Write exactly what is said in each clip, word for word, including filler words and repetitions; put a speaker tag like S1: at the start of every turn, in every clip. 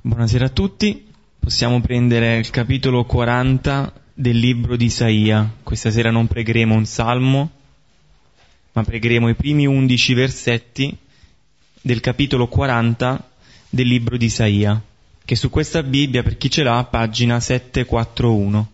S1: Buonasera a tutti, possiamo prendere il capitolo quaranta del libro di Isaia. Questa sera non pregheremo un salmo, ma pregheremo i primi undici versetti del capitolo quaranta del libro di Isaia, che su questa Bibbia, per chi ce l'ha, pagina settecentoquarantuno.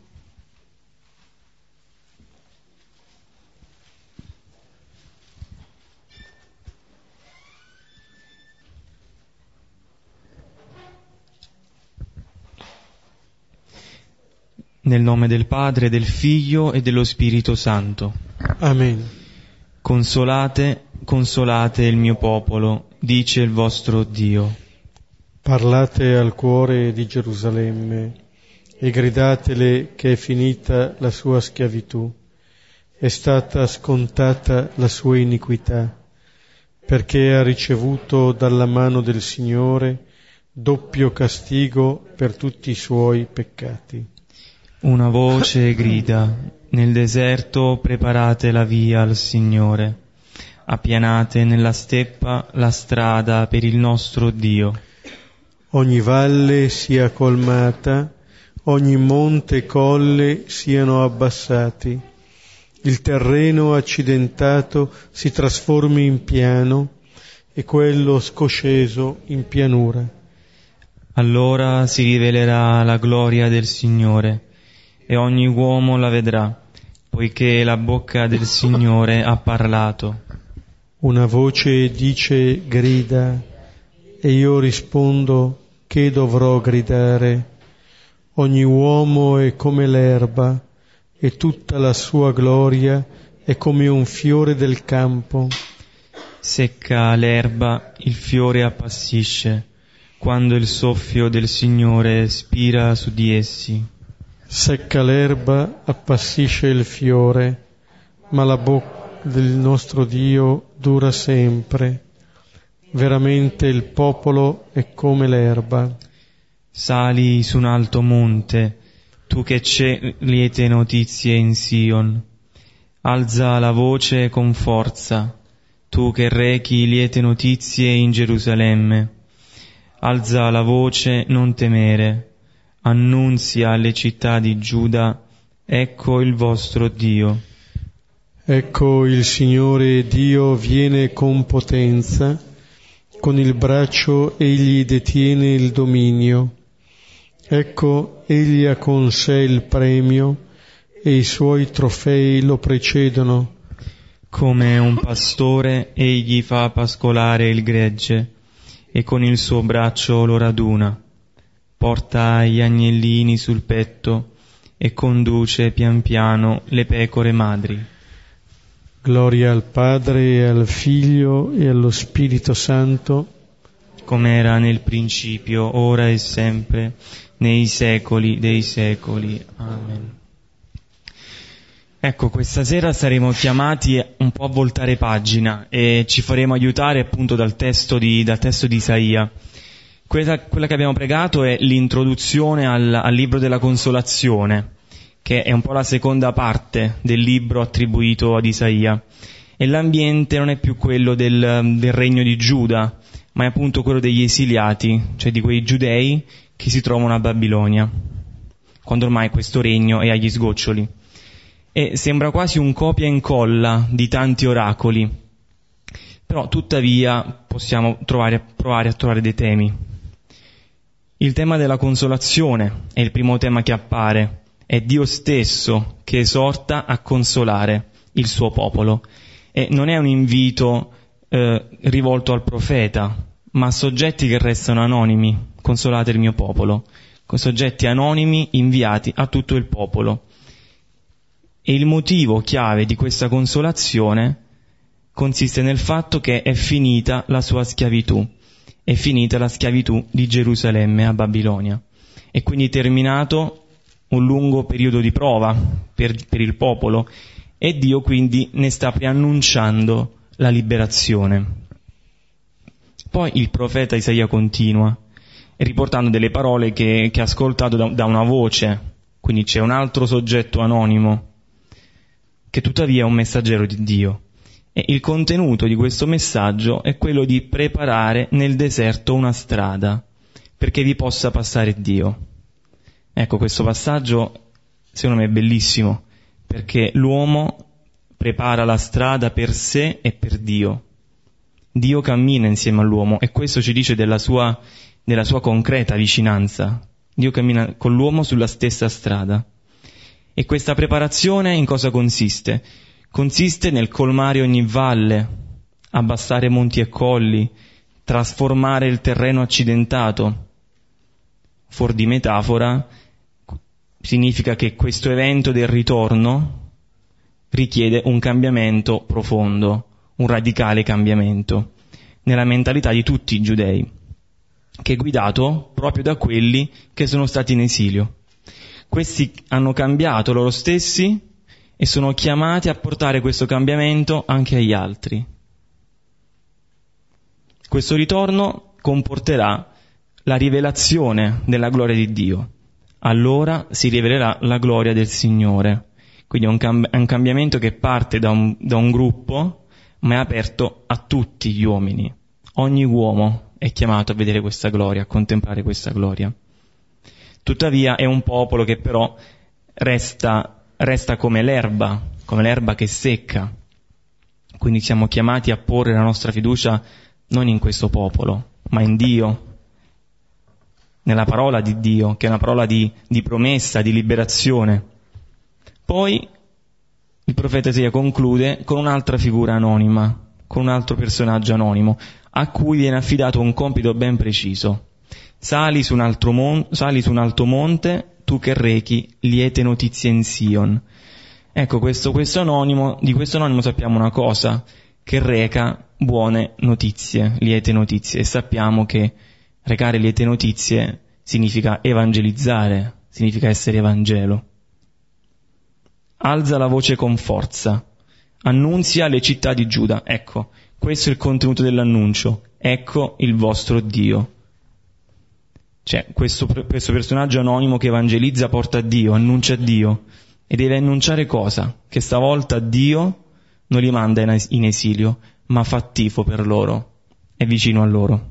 S1: Nel nome del Padre, del Figlio e dello Spirito Santo.
S2: Amen.
S1: Consolate, consolate il mio popolo, dice il vostro Dio.
S2: Parlate al cuore di Gerusalemme e gridatele che è finita la sua schiavitù, è stata scontata la sua iniquità, perché ha ricevuto dalla mano del Signore doppio castigo per tutti i suoi peccati.
S1: Una voce grida, nel deserto preparate la via al Signore, appianate nella steppa la strada per il nostro Dio.
S2: Ogni valle sia colmata, ogni monte e colle siano abbassati, il terreno accidentato si trasformi in piano e quello scosceso in pianura.
S1: Allora si rivelerà la gloria del Signore, e ogni uomo la vedrà, poiché la bocca del Signore ha parlato.
S2: Una voce dice grida, e io rispondo che dovrò gridare. Ogni uomo è come l'erba, e tutta la sua gloria è come un fiore del campo.
S1: Secca l'erba, il fiore appassisce, quando il soffio del Signore spira su di essi.
S2: Secca l'erba, appassisce il fiore, ma la bocca del nostro Dio dura sempre. Veramente il popolo è come l'erba.
S1: Sali su un alto monte, tu che c'è liete notizie in Sion. Alza la voce con forza, tu che rechi liete notizie in Gerusalemme. Alza la voce, non temere. Annunzia alle città di Giuda, ecco il vostro Dio.
S2: Ecco il Signore Dio viene con potenza, con il braccio egli detiene il dominio. Ecco, egli ha con sé il premio e i suoi trofei lo precedono.
S1: Come un pastore egli fa pascolare il gregge e con il suo braccio lo raduna. Porta gli agnellini sul petto e conduce pian piano le pecore madri.
S2: Gloria al Padre e al Figlio e allo Spirito Santo,
S1: come era nel principio, ora e sempre, nei secoli dei secoli. Amen. Ecco, questa sera saremo chiamati un po' a voltare pagina e ci faremo aiutare appunto dal testo di, dal testo di Isaia. Quella, quella che abbiamo pregato è l'introduzione al, al libro della consolazione, che è un po' la seconda parte del libro attribuito ad Isaia. E l'ambiente non è più quello del, del regno di Giuda, ma è appunto quello degli esiliati, cioè di quei giudei che si trovano a Babilonia, quando ormai questo regno è agli sgoccioli. E sembra quasi un copia e incolla di tanti oracoli, però tuttavia possiamo trovare, provare a trovare dei temi. Il tema della consolazione è il primo tema che appare. È Dio stesso che esorta a consolare il suo popolo. E non è un invito eh, rivolto al profeta, ma a soggetti che restano anonimi. Consolate il mio popolo. Con soggetti anonimi inviati a tutto il popolo. E il motivo chiave di questa consolazione consiste nel fatto che è finita la sua schiavitù. È finita la schiavitù di Gerusalemme a Babilonia. E quindi terminato un lungo periodo di prova per, per il popolo, e Dio quindi ne sta preannunciando la liberazione. Poi il profeta Isaia continua, riportando delle parole che, che ha ascoltato da, da una voce, quindi c'è un altro soggetto anonimo, che tuttavia è un messaggero di Dio. E il contenuto di questo messaggio è quello di preparare nel deserto una strada perché vi possa passare Dio. Ecco, questo passaggio secondo me è bellissimo, perché l'uomo prepara la strada per sé e per Dio. Dio cammina insieme all'uomo e questo ci dice della sua, della sua concreta vicinanza. Dio cammina con l'uomo sulla stessa strada. E questa preparazione in cosa consiste? Consiste nel colmare ogni valle, abbassare monti e colli, trasformare il terreno accidentato. Fuor di metafora, significa che questo evento del ritorno richiede un cambiamento profondo, un radicale cambiamento nella mentalità di tutti i giudei, che è guidato proprio da quelli che sono stati in esilio. Questi hanno cambiato loro stessi e sono chiamati a portare questo cambiamento anche agli altri. Questo ritorno comporterà la rivelazione della gloria di Dio. Allora si rivelerà la gloria del Signore. Quindi è un, cam- è un cambiamento che parte da un, da un gruppo, ma è aperto a tutti gli uomini. Ogni uomo è chiamato a vedere questa gloria, a contemplare questa gloria. Tuttavia è un popolo che però resta, resta come l'erba, come l'erba che secca. Quindi siamo chiamati a porre la nostra fiducia non in questo popolo, ma in Dio, nella parola di Dio, che è una parola di, di promessa, di liberazione. Poi il profeta Isaia conclude con un'altra figura anonima, con un altro personaggio anonimo, a cui viene affidato un compito ben preciso. Sali su un altro, mon- sali su un alto monte, tu che rechi liete notizie in Sion. Ecco, questo, questo anonimo, di questo anonimo sappiamo una cosa, che reca buone notizie, liete notizie, e sappiamo che recare liete notizie significa evangelizzare, significa essere Evangelo. Alza la voce con forza, annunzia le città di Giuda. Ecco, questo è il contenuto dell'annuncio. Ecco il vostro Dio. Cioè, questo, questo personaggio anonimo che evangelizza porta a Dio, annuncia a Dio, e deve annunciare cosa? Che stavolta Dio non li manda in esilio, ma fa tifo per loro, è vicino a loro.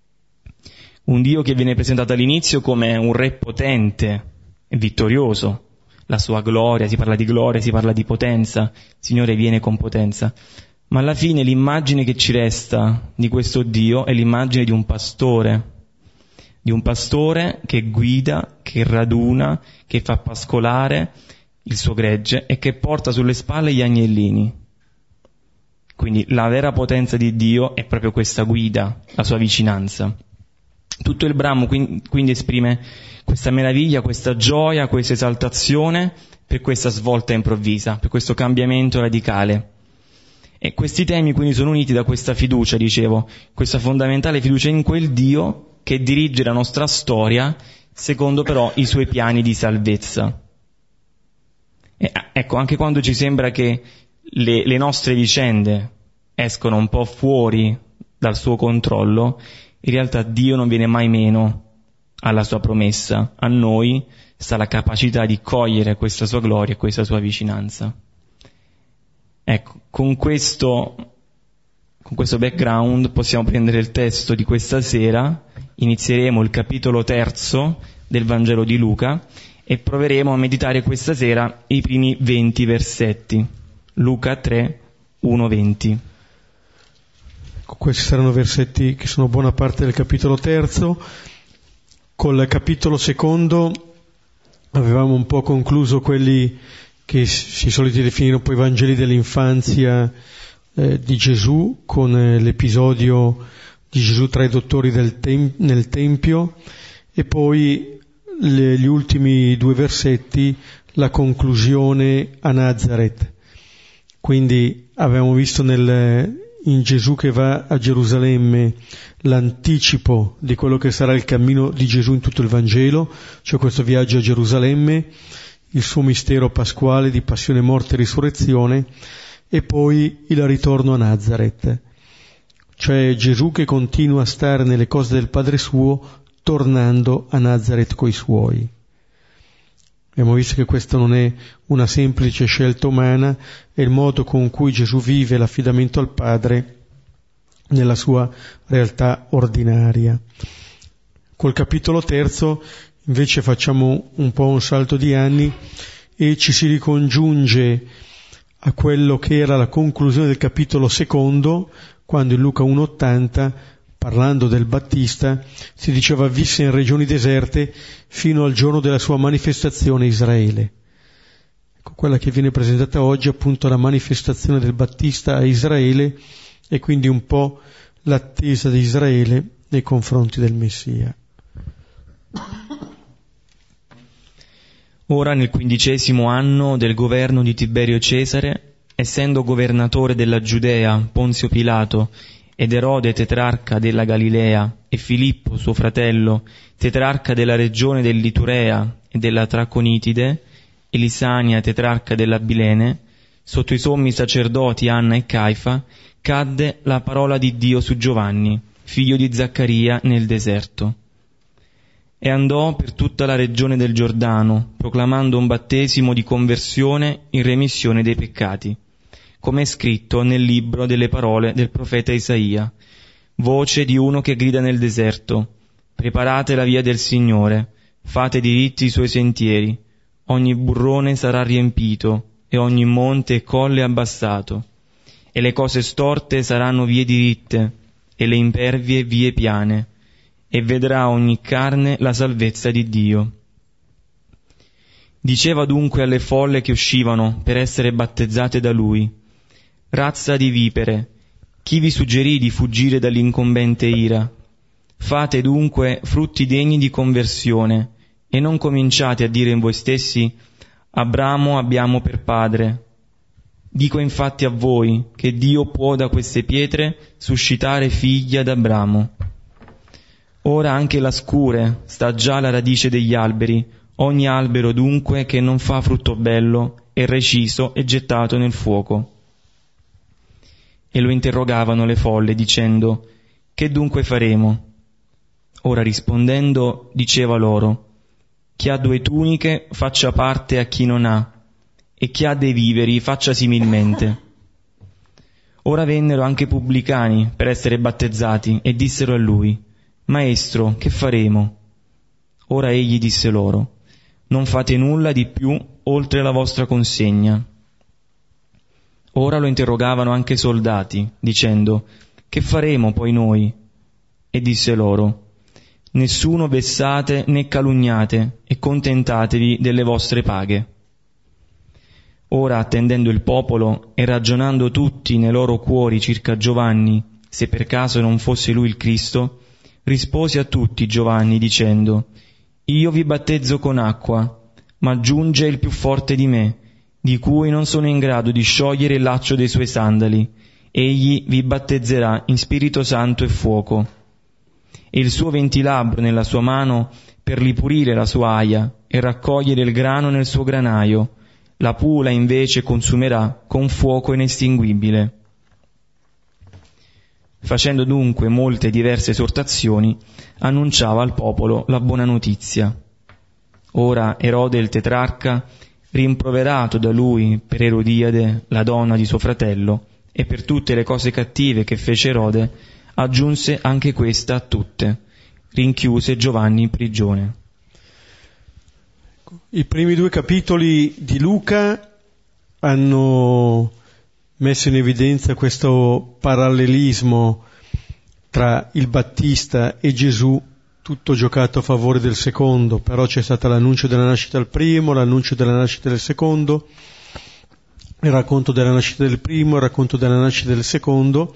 S1: Un Dio che viene presentato all'inizio come un re potente e vittorioso, la sua gloria, si parla di gloria, si parla di potenza, il Signore viene con potenza, ma alla fine l'immagine che ci resta di questo Dio è l'immagine di un pastore, di un pastore che guida, che raduna, che fa pascolare il suo gregge e che porta sulle spalle gli agnellini. Quindi la vera potenza di Dio è proprio questa guida, la sua vicinanza. Tutto il brano quindi, quindi esprime questa meraviglia, questa gioia, questa esaltazione per questa svolta improvvisa, per questo cambiamento radicale. E questi temi quindi sono uniti da questa fiducia, dicevo, questa fondamentale fiducia in quel Dio che dirige la nostra storia secondo però i suoi piani di salvezza. E, ecco, anche quando ci sembra che le, le nostre vicende escono un po' fuori dal suo controllo, in realtà Dio non viene mai meno alla sua promessa. A noi sta la capacità di cogliere questa sua gloria e questa sua vicinanza. Ecco, con questo, con questo background possiamo prendere il testo di questa sera, inizieremo il capitolo terzo del Vangelo di Luca e proveremo a meditare questa sera i primi venti versetti. Luca tre, uno venti.
S2: Questi saranno versetti che sono buona parte del capitolo terzo. Col capitolo secondo avevamo un po' concluso quelli che si soliti definire poi Vangeli dell'infanzia eh, di Gesù, con eh, l'episodio di Gesù tra i dottori del tem- nel Tempio, e poi le, gli ultimi due versetti, la conclusione a Nazareth. Quindi avevamo visto nel, in Gesù che va a Gerusalemme l'anticipo di quello che sarà il cammino di Gesù in tutto il Vangelo, cioè questo viaggio a Gerusalemme, il suo mistero pasquale di passione, morte e risurrezione, e poi il ritorno a Nazareth, cioè Gesù che continua a stare nelle cose del Padre suo, tornando a Nazareth coi suoi. Abbiamo visto che questa non è una semplice scelta umana, è il modo con cui Gesù vive l'affidamento al Padre nella sua realtà ordinaria. Col capitolo terzo invece facciamo un po' un salto di anni e ci si ricongiunge a quello che era la conclusione del capitolo secondo, quando in Luca uno ottanta, parlando del Battista, si diceva visse in regioni deserte fino al giorno della sua manifestazione a Israele. Ecco, quella che viene presentata oggi è appunto la manifestazione del Battista a Israele e quindi un po' l'attesa di Israele nei confronti del Messia.
S1: Ora nel quindicesimo anno del governo di Tiberio Cesare, essendo governatore della Giudea Ponzio Pilato ed Erode tetrarca della Galilea e Filippo suo fratello tetrarca della regione dell'Iturea e della Traconitide e Lisania tetrarca della Bilene, sotto i sommi sacerdoti Anna e Caifa, cadde la parola di Dio su Giovanni, figlio di Zaccaria, nel deserto. E andò per tutta la regione del Giordano, proclamando un battesimo di conversione in remissione dei peccati, come è scritto nel libro delle parole del profeta Isaia, voce di uno che grida nel deserto, preparate la via del Signore, fate diritti i suoi sentieri, ogni burrone sarà riempito, e ogni monte e colle abbassato, e le cose storte saranno vie diritte, e le impervie vie piane, e vedrà ogni carne la salvezza di Dio. Diceva dunque alle folle che uscivano per essere battezzate da lui: razza di vipere, chi vi suggerì di fuggire dall'incombente ira? Fate dunque frutti degni di conversione, e non cominciate a dire in voi stessi: Abramo abbiamo per padre. Dico infatti a voi che Dio può da queste pietre suscitare figli ad Abramo. Ora anche la scure sta già alla radice degli alberi, ogni albero dunque che non fa frutto bello è reciso e gettato nel fuoco. E lo interrogavano le folle dicendo: che dunque faremo? Ora rispondendo diceva loro: chi ha due tuniche faccia parte a chi non ha, e chi ha dei viveri faccia similmente. Ora vennero anche pubblicani per essere battezzati e dissero a lui: Maestro, che faremo? Ora egli disse loro: non fate nulla di più oltre la vostra consegna. Ora lo interrogavano anche i soldati, dicendo: che faremo poi noi? E disse loro: nessuno vessate né calunniate, e contentatevi delle vostre paghe. Ora, attendendo il popolo e ragionando tutti nei loro cuori circa Giovanni, se per caso non fosse lui il Cristo, rispose a tutti Giovanni dicendo: io vi battezzo con acqua, ma giunge il più forte di me, di cui non sono in grado di sciogliere il laccio dei suoi sandali. Egli vi battezzerà in Spirito Santo e fuoco. E il suo ventilabro nella sua mano per ripulire la sua aia e raccogliere il grano nel suo granaio. La pula invece consumerà con fuoco inestinguibile. Facendo dunque molte diverse esortazioni, annunciava al popolo la buona notizia. Ora Erode il tetrarca, rimproverato da lui per Erodiade, la donna di suo fratello, e per tutte le cose cattive che fece Erode, aggiunse anche questa a tutte: rinchiuse Giovanni in prigione.
S2: I primi due capitoli di Luca hanno messo in evidenza questo parallelismo tra il Battista e Gesù, tutto giocato a favore del secondo, però c'è stato l'annuncio della nascita del primo, l'annuncio della nascita del secondo, il racconto della nascita del primo, il racconto della nascita del secondo.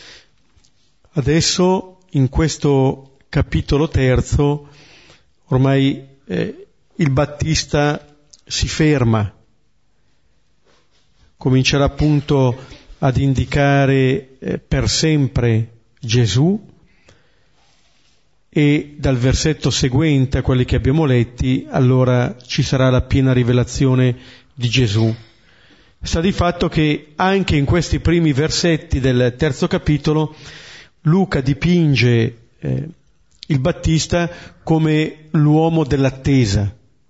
S2: Adesso, in questo capitolo terzo, ormai eh, il Battista si ferma, comincerà appunto ad indicare eh, per sempre Gesù, e dal versetto seguente a quelli che abbiamo letti, allora ci sarà la piena rivelazione di Gesù. Sta di fatto che anche in questi primi versetti del terzo capitolo Luca dipinge eh, il Battista come l'uomo dell'attesa.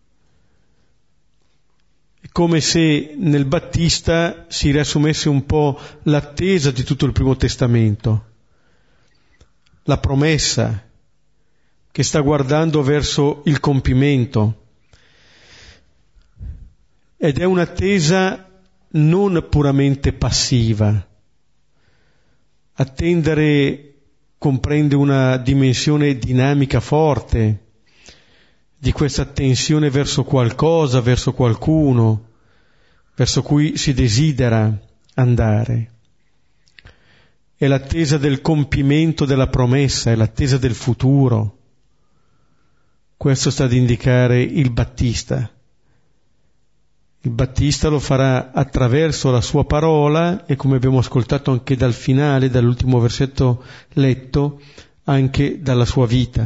S2: È come se nel Battista si riassumesse un po' l'attesa di tutto il Primo Testamento, la promessa che sta guardando verso il compimento. Ed è un'attesa non puramente passiva. Attendere comprende una dimensione dinamica forte di questa attenzione verso qualcosa, verso qualcuno, verso cui si desidera andare. È l'attesa del compimento della promessa, è l'attesa del futuro. Questo sta ad indicare il Battista. Il Battista lo farà attraverso la sua parola e, come abbiamo ascoltato anche dal finale, dall'ultimo versetto letto, anche dalla sua vita.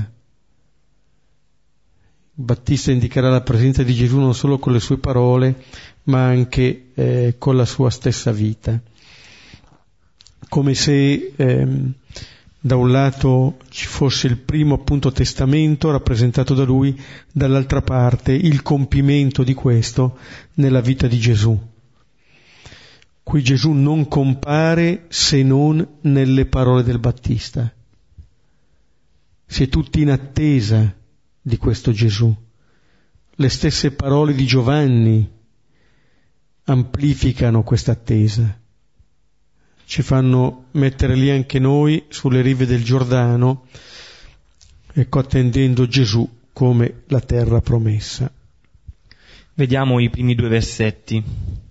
S2: Il Battista indicherà la presenza di Gesù non solo con le sue parole, ma anche eh, con la sua stessa vita. Come se ehm, da un lato ci fosse il primo appunto testamento rappresentato da lui, dall'altra parte il compimento di questo nella vita di Gesù. Qui Gesù non compare se non nelle parole del Battista. Si è tutti in attesa di questo Gesù. Le stesse parole di Giovanni amplificano questa attesa. Ci fanno mettere lì anche noi sulle rive del Giordano, ecco, attendendo Gesù come la terra promessa.
S1: Vediamo i primi due versetti.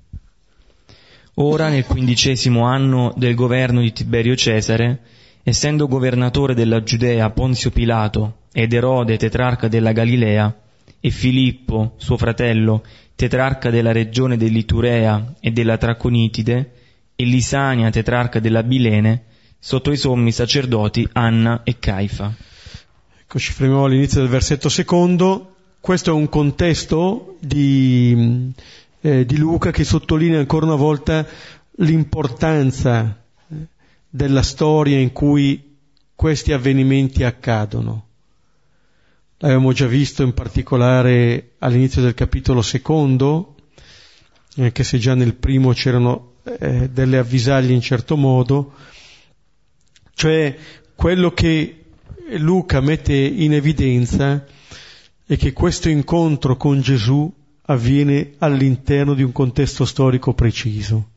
S1: Ora, nel quindicesimo anno del governo di Tiberio Cesare, essendo governatore della Giudea Ponzio Pilato ed Erode tetrarca della Galilea e Filippo, suo fratello, tetrarca della regione dell'Iturea e della Traconitide, e Lisania, tetrarca della Bilene, sotto i sommi sacerdoti Anna e Caifa.
S2: Ecco, ci fermiamo all'inizio del versetto secondo. Questo è un contesto di, eh, di Luca che sottolinea ancora una volta l'importanza della storia in cui questi avvenimenti accadono. L'abbiamo già visto in particolare all'inizio del capitolo secondo, anche se già nel primo c'erano eh, delle avvisaglie in certo modo, cioè quello che Luca mette in evidenza è che questo incontro con Gesù avviene all'interno di un contesto storico preciso.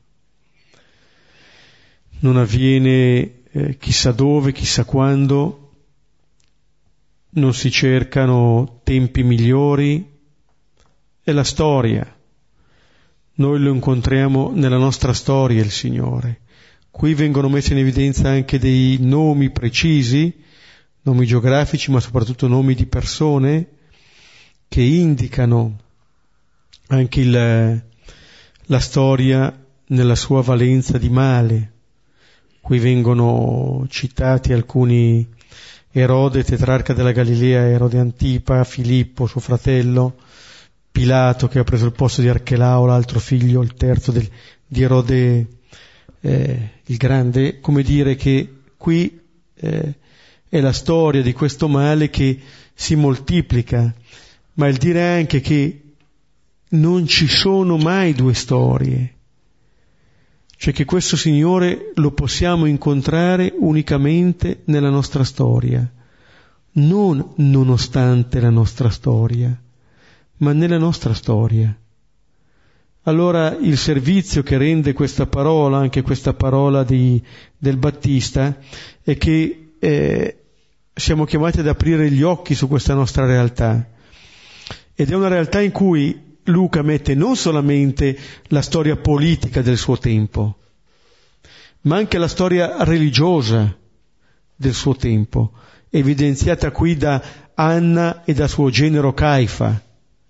S2: Non avviene eh, chissà dove, chissà quando, non si cercano tempi migliori, è la storia. Noi lo incontriamo nella nostra storia, il Signore. Qui vengono messi in evidenza anche dei nomi precisi, nomi geografici, ma soprattutto nomi di persone che indicano anche il, la storia nella sua valenza di male. Qui vengono citati alcuni: Erode, tetrarca della Galilea, Erode Antipa, Filippo, suo fratello, Pilato, che ha preso il posto di Archelao, l'altro figlio, il terzo del, di Erode eh, il Grande. Come dire che qui eh, è la storia di questo male che si moltiplica, ma il dire anche che non ci sono mai due storie, cioè che questo Signore lo possiamo incontrare unicamente nella nostra storia, non nonostante la nostra storia, ma nella nostra storia. Allora il servizio che rende questa parola, anche questa parola di, del Battista, è che eh, siamo chiamati ad aprire gli occhi su questa nostra realtà. Ed è una realtà in cui Luca mette non solamente la storia politica del suo tempo, ma anche la storia religiosa del suo tempo, evidenziata qui da Anna e da suo genero Caifa,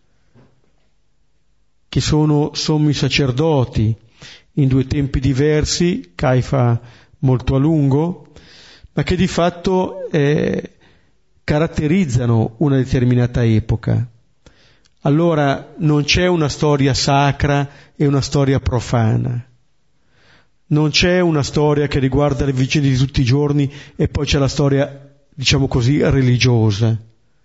S2: che sono sommi sacerdoti in due tempi diversi, Caifa molto a lungo, ma che di fatto eh, caratterizzano una determinata epoca. Allora non c'è una storia sacra e una storia profana. Non c'è una storia che riguarda le vicende di tutti i giorni e poi c'è la storia, diciamo così, religiosa.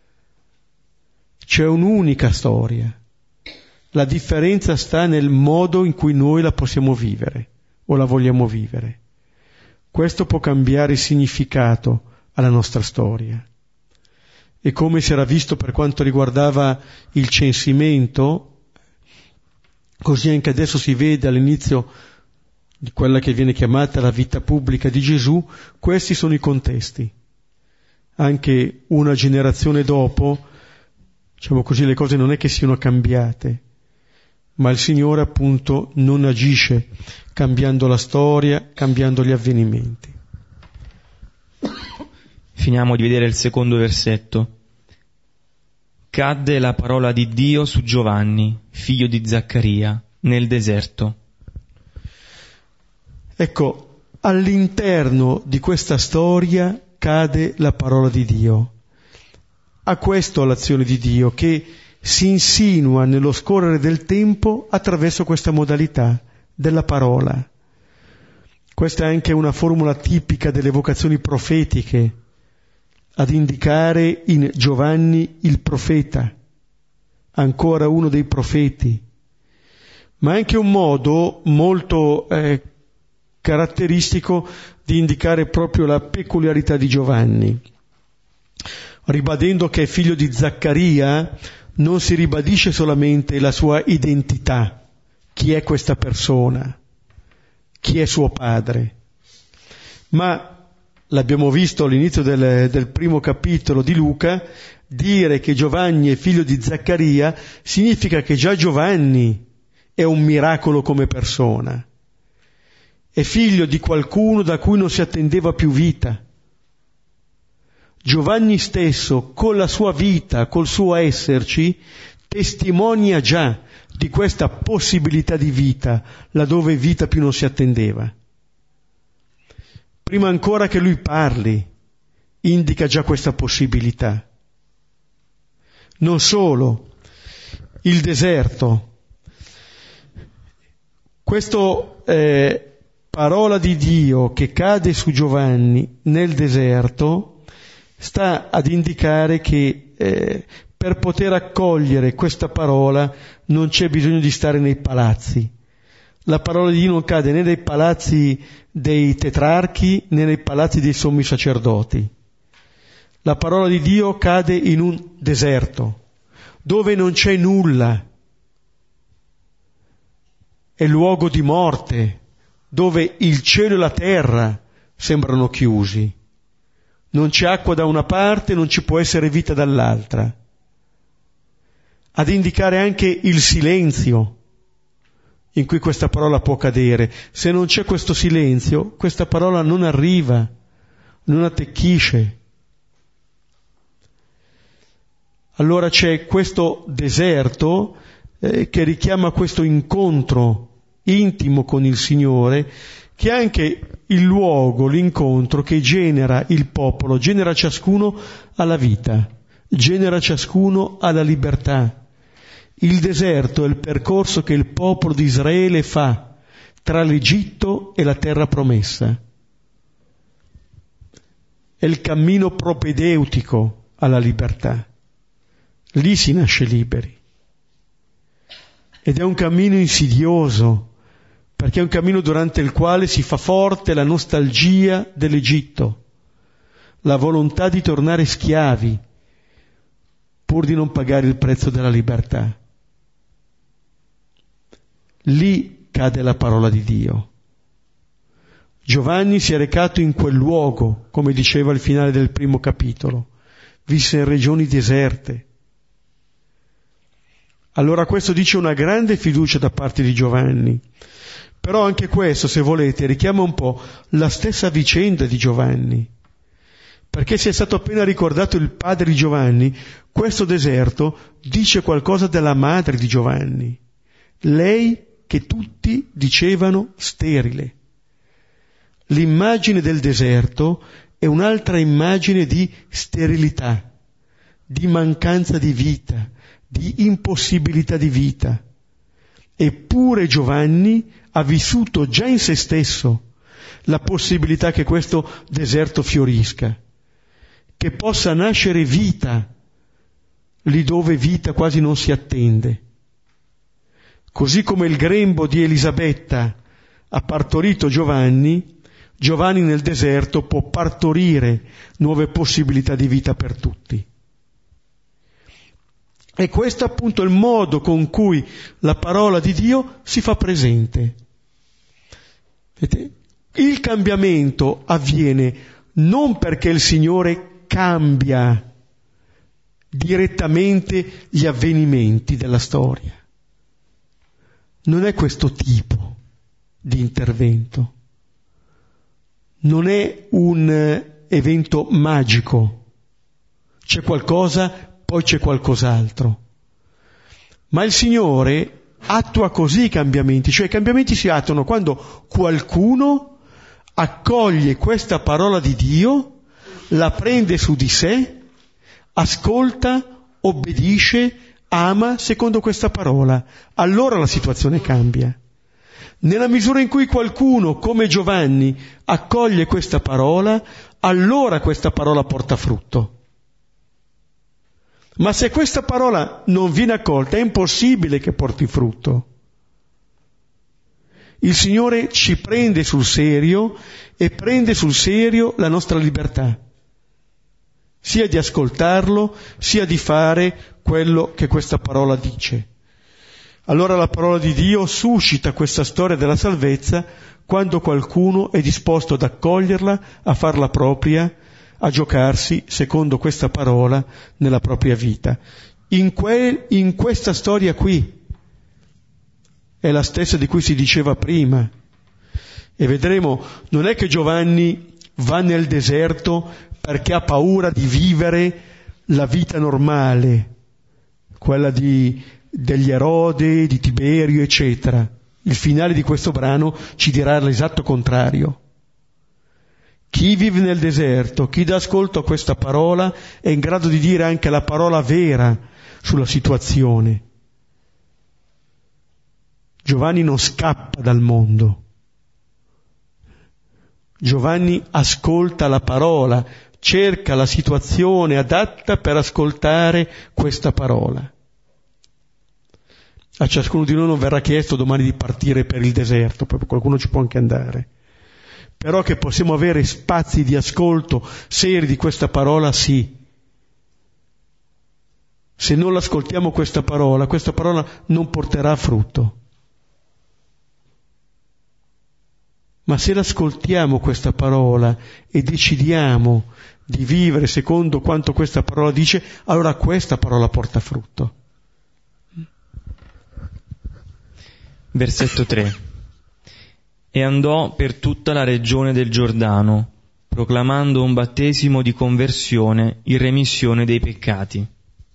S2: C'è un'unica storia. La differenza sta nel modo in cui noi la possiamo vivere o la vogliamo vivere. Questo può cambiare il significato alla nostra storia. e come si era visto per quanto riguardava il censimento, così anche adesso si vede all'inizio di quella che viene chiamata la vita pubblica di Gesù. Questi sono i contesti. Anche una generazione dopo, diciamo così, le cose non è che siano cambiate, ma il Signore appunto non agisce cambiando la storia, cambiando gli avvenimenti.
S1: Finiamo di vedere il secondo versetto. Cadde la parola di Dio su Giovanni, figlio di Zaccaria, nel deserto.
S2: Ecco, all'interno di questa storia cade la parola di Dio. A questo l'azione di Dio, che si insinua nello scorrere del tempo attraverso questa modalità della parola. Questa è anche una formula tipica delle vocazioni profetiche, ad indicare in Giovanni il profeta, ancora uno dei profeti, ma anche un modo molto eh, caratteristico di indicare proprio la peculiarità di Giovanni. Ribadendo che è figlio di Zaccaria, non si ribadisce solamente la sua identità, chi è questa persona, chi è suo padre, ma l'abbiamo visto all'inizio del, del primo capitolo di Luca, dire che Giovanni è figlio di Zaccaria significa che già Giovanni è un miracolo come persona. È figlio di qualcuno da cui non si attendeva più vita. Giovanni stesso, con la sua vita, col suo esserci, testimonia già di questa possibilità di vita, laddove vita più non si attendeva. Prima ancora che lui parli, indica già questa possibilità. Non solo, il deserto. Questo eh, parola di Dio che cade su Giovanni nel deserto sta ad indicare che eh, per poter accogliere questa parola non c'è bisogno di stare nei palazzi. La parola di Dio non cade né nei palazzi dei tetrarchi né nei palazzi dei sommi sacerdoti. La parola di Dio cade in un deserto, dove non c'è nulla. È luogo di morte, dove il cielo e la terra sembrano chiusi. Non c'è acqua da una parte, non ci può essere vita dall'altra. Ad indicare anche il silenzio in cui questa parola può cadere. Se non c'è questo silenzio, questa parola non arriva, non attecchisce. Allora c'è questo deserto eh, che richiama questo incontro intimo con il Signore, che è anche il luogo, l'incontro che genera il popolo, genera ciascuno alla vita, genera ciascuno alla libertà. Il deserto è il percorso che il popolo di Israele fa tra l'Egitto e la terra promessa. È il cammino propedeutico alla libertà. Lì si nasce liberi. Ed è un cammino insidioso, perché è un cammino durante il quale si fa forte la nostalgia dell'Egitto, la volontà di tornare schiavi, pur di non pagare il prezzo della libertà. Lì cade la parola di Dio. Giovanni si è recato in quel luogo, come diceva al finale del primo capitolo, visse in regioni deserte. Allora questo dice una grande fiducia da parte di Giovanni. Però anche questo, se volete, richiama un po' la stessa vicenda di Giovanni. Perché se è stato appena ricordato il padre di Giovanni, questo deserto dice qualcosa della madre di Giovanni. Lei che tutti dicevano sterile. L'immagine del deserto è un'altra immagine di sterilità, di mancanza di vita, di impossibilità di vita. Eppure Giovanni ha vissuto già in se stesso la possibilità che questo deserto fiorisca, che possa nascere vita lì dove vita quasi non si attende. Così come il grembo di Elisabetta ha partorito Giovanni, Giovanni nel deserto può partorire nuove possibilità di vita per tutti. E questo è appunto il modo con cui la parola di Dio si fa presente. Vedete? Il cambiamento avviene non perché il Signore cambia direttamente gli avvenimenti della storia. Non è questo tipo di intervento. Non è un evento magico. C'è qualcosa, poi c'è qualcos'altro. Ma il Signore attua così i cambiamenti, cioè i cambiamenti si attuano quando qualcuno accoglie questa parola di Dio, la prende su di sé, ascolta, obbedisce, ama secondo questa parola. Allora la situazione cambia. Nella misura in cui qualcuno, come Giovanni, accoglie questa parola, allora questa parola porta frutto. Ma se questa parola non viene accolta, è impossibile che porti frutto. Il Signore ci prende sul serio e prende sul serio la nostra libertà, sia di ascoltarlo, sia di fare quello che questa parola dice. Allora la parola di Dio suscita questa storia della salvezza quando qualcuno è disposto ad accoglierla, a farla propria, a giocarsi secondo questa parola nella propria vita. In, que- in questa storia qui è la stessa di cui si diceva prima. E vedremo, non è che Giovanni va nel deserto perché ha paura di vivere la vita normale, quella di, degli Erode, di Tiberio, eccetera. Il finale di questo brano ci dirà l'esatto contrario. Chi vive nel deserto, chi dà ascolto a questa parola, è in grado di dire anche la parola vera sulla situazione. Giovanni non scappa dal mondo. Giovanni ascolta la parola, cerca la situazione adatta per ascoltare questa parola. A ciascuno di noi non verrà chiesto domani di partire per il deserto, poi qualcuno ci può anche andare. Però che possiamo avere spazi di ascolto seri di questa parola, sì. Se non l'ascoltiamo questa parola, questa parola non porterà frutto. Ma se l'ascoltiamo questa parola e decidiamo di vivere secondo quanto questa parola dice, allora questa parola porta frutto.
S1: Versetto tre. E andò per tutta la regione del Giordano, proclamando un battesimo di conversione in remissione dei peccati.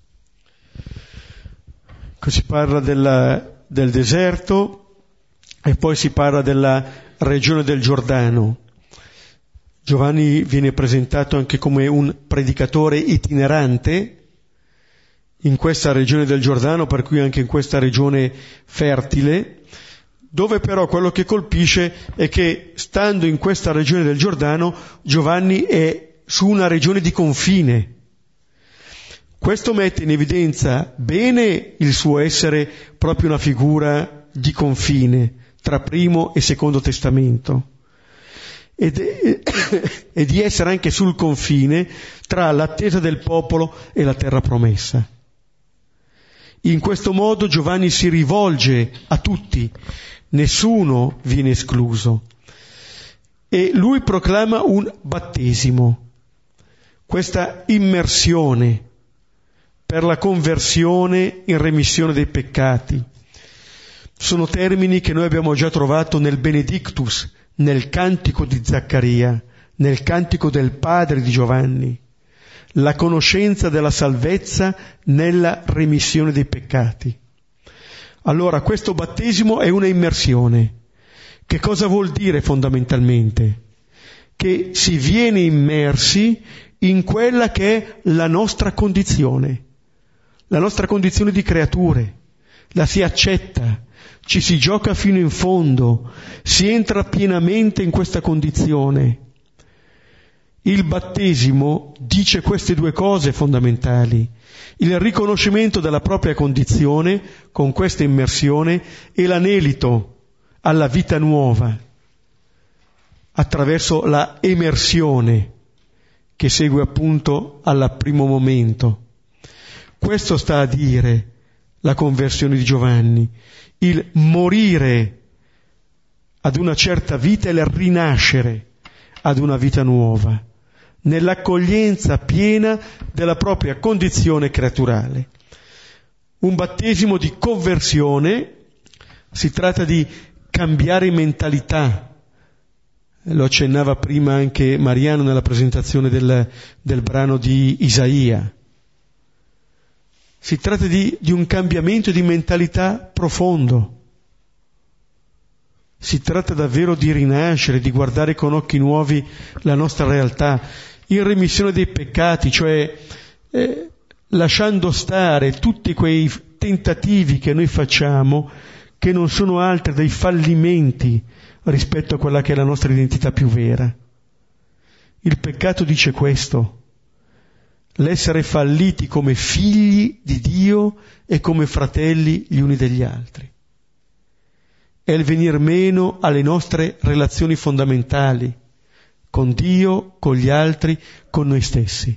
S2: Si parla della, del deserto e poi si parla della regione del Giordano. Giovanni viene presentato anche come un predicatore itinerante in questa regione del Giordano, per cui anche in questa regione fertile, dove però quello che colpisce è che, stando in questa regione del Giordano, Giovanni è su una regione di confine. Questo mette in evidenza bene il suo essere proprio una figura di confine tra Primo e Secondo Testamento, ed è, e di essere anche sul confine tra l'attesa del popolo e la terra promessa. In questo modo Giovanni si rivolge a tutti, nessuno viene escluso, e lui proclama un battesimo, questa immersione per la conversione in remissione dei peccati. Sono termini che noi abbiamo già trovato nel Benedictus, nel cantico di Zaccaria, nel cantico del padre di Giovanni. La conoscenza della salvezza nella remissione dei peccati. Allora, questo battesimo è una immersione. Che cosa vuol dire fondamentalmente? Che si viene immersi in quella che è la nostra condizione, la nostra condizione di creature, la si accetta, ci si gioca fino in fondo, si entra pienamente in questa condizione. Il battesimo dice queste due cose fondamentali: il riconoscimento della propria condizione con questa immersione e l'anelito alla vita nuova attraverso la emersione che segue appunto al primo momento. Questo sta a dire la conversione di Giovanni, il morire ad una certa vita e il rinascere ad una vita nuova, nell'accoglienza piena della propria condizione creaturale. Un battesimo di conversione, si tratta di cambiare mentalità. Lo accennava prima anche Mariano nella presentazione del, del brano di Isaia. Si tratta di, di un cambiamento di mentalità profondo. Si tratta davvero di rinascere, di guardare con occhi nuovi la nostra realtà, in remissione dei peccati, cioè eh, lasciando stare tutti quei tentativi che noi facciamo, che non sono altri dei fallimenti rispetto a quella che è la nostra identità più vera. Il peccato dice questo: l'essere falliti come figli di Dio e come fratelli gli uni degli altri. È il venir meno alle nostre relazioni fondamentali, con Dio, con gli altri, con noi stessi.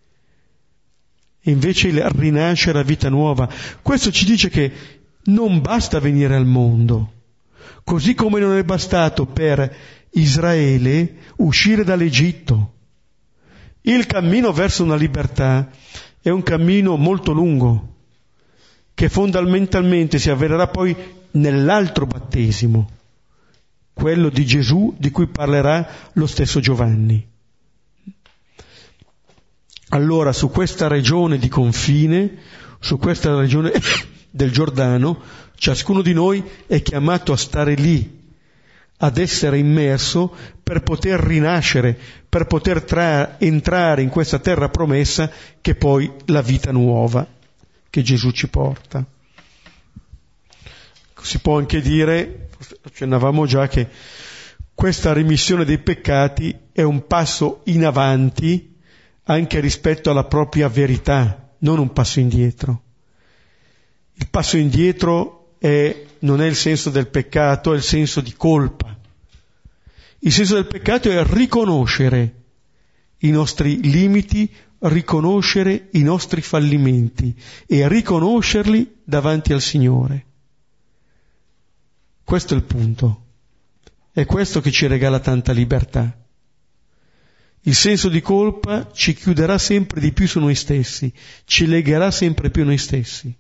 S2: E invece il rinascere a vita nuova. Questo ci dice che non basta venire al mondo, così come non è bastato per Israele uscire dall'Egitto. Il cammino verso una libertà è un cammino molto lungo, che fondamentalmente si avvererà poi nell'altro battesimo, quello di Gesù, di cui parlerà lo stesso Giovanni. Allora, su questa regione di confine, su questa regione del Giordano, ciascuno di noi è chiamato a stare lì, ad essere immerso per poter rinascere, per poter tra- entrare in questa terra promessa che è poi la vita nuova che Gesù ci porta. Si può anche dire, accennavamo già, che questa remissione dei peccati è un passo in avanti anche rispetto alla propria verità, non un passo indietro. Il passo indietro è, non è il senso del peccato, è il senso di colpa. Il senso del peccato è riconoscere i nostri limiti, riconoscere i nostri fallimenti e riconoscerli davanti al Signore. Questo è il punto. È questo che ci regala tanta libertà. Il senso di colpa ci chiuderà sempre di più su noi stessi, ci legherà sempre più a noi stessi.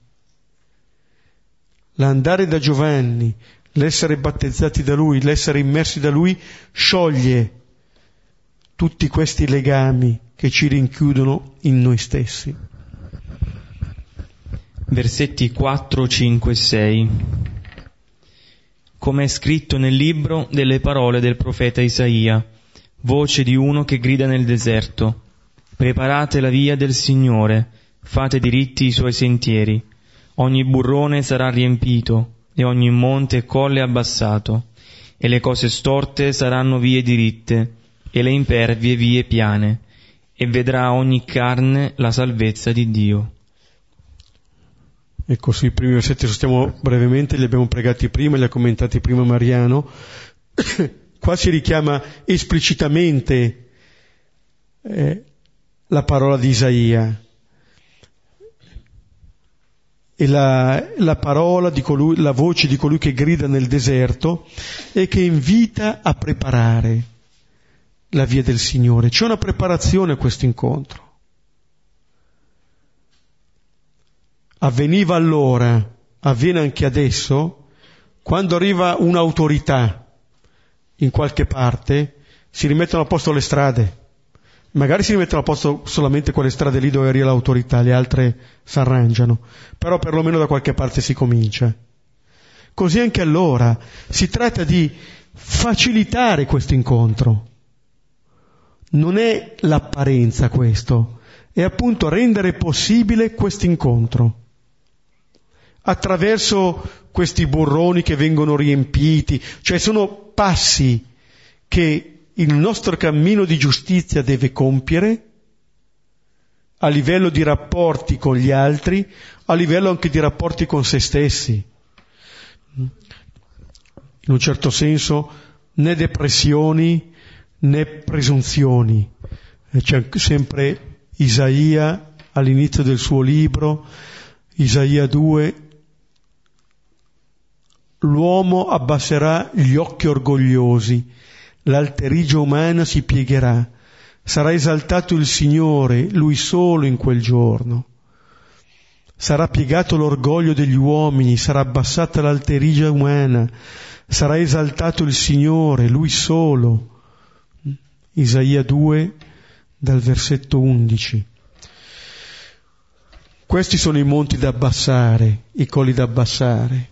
S2: L'andare da Giovanni, l'essere battezzati da Lui, l'essere immersi da Lui, scioglie tutti questi legami che ci rinchiudono in noi stessi.
S1: Versetti quattro, cinque e sei. Come è scritto nel libro delle parole del profeta Isaia, voce di uno che grida nel deserto: preparate la via del Signore, fate diritti i suoi sentieri. Ogni burrone sarà riempito, e ogni monte e colle abbassato, e le cose storte saranno vie diritte, e le impervie vie piane, e vedrà ogni carne la salvezza di Dio.
S2: Ecco, sui primi versetti sostiamo brevemente, li abbiamo pregati prima, li ha commentati prima Mariano. Qua si richiama esplicitamente eh, la parola di Isaia. E la, la parola di colui, la voce di colui che grida nel deserto e che invita a preparare la via del Signore. C'è una preparazione a questo incontro. Avveniva allora, avviene anche adesso, quando arriva un'autorità in qualche parte, si rimettono a posto le strade. Magari si rimettono a posto solamente quelle strade lì dove arriva l'autorità, le altre si arrangiano, però perlomeno da qualche parte si comincia. Così anche allora si tratta di facilitare questo incontro. Non è l'apparenza questo, è appunto rendere possibile questo incontro. Attraverso questi burroni che vengono riempiti, cioè sono passi che il nostro cammino di giustizia deve compiere a livello di rapporti con gli altri, a livello anche di rapporti con se stessi. In un certo senso né depressioni né presunzioni. C'è sempre Isaia all'inizio del suo libro, Isaia due, l'uomo abbasserà gli occhi orgogliosi, l'alterigia umana si piegherà, sarà esaltato il Signore, Lui solo in quel giorno. Sarà piegato l'orgoglio degli uomini, sarà abbassata l'alterigia umana, sarà esaltato il Signore, Lui solo. Isaia due, dal versetto undici. Questi sono i monti da abbassare, i colli da abbassare,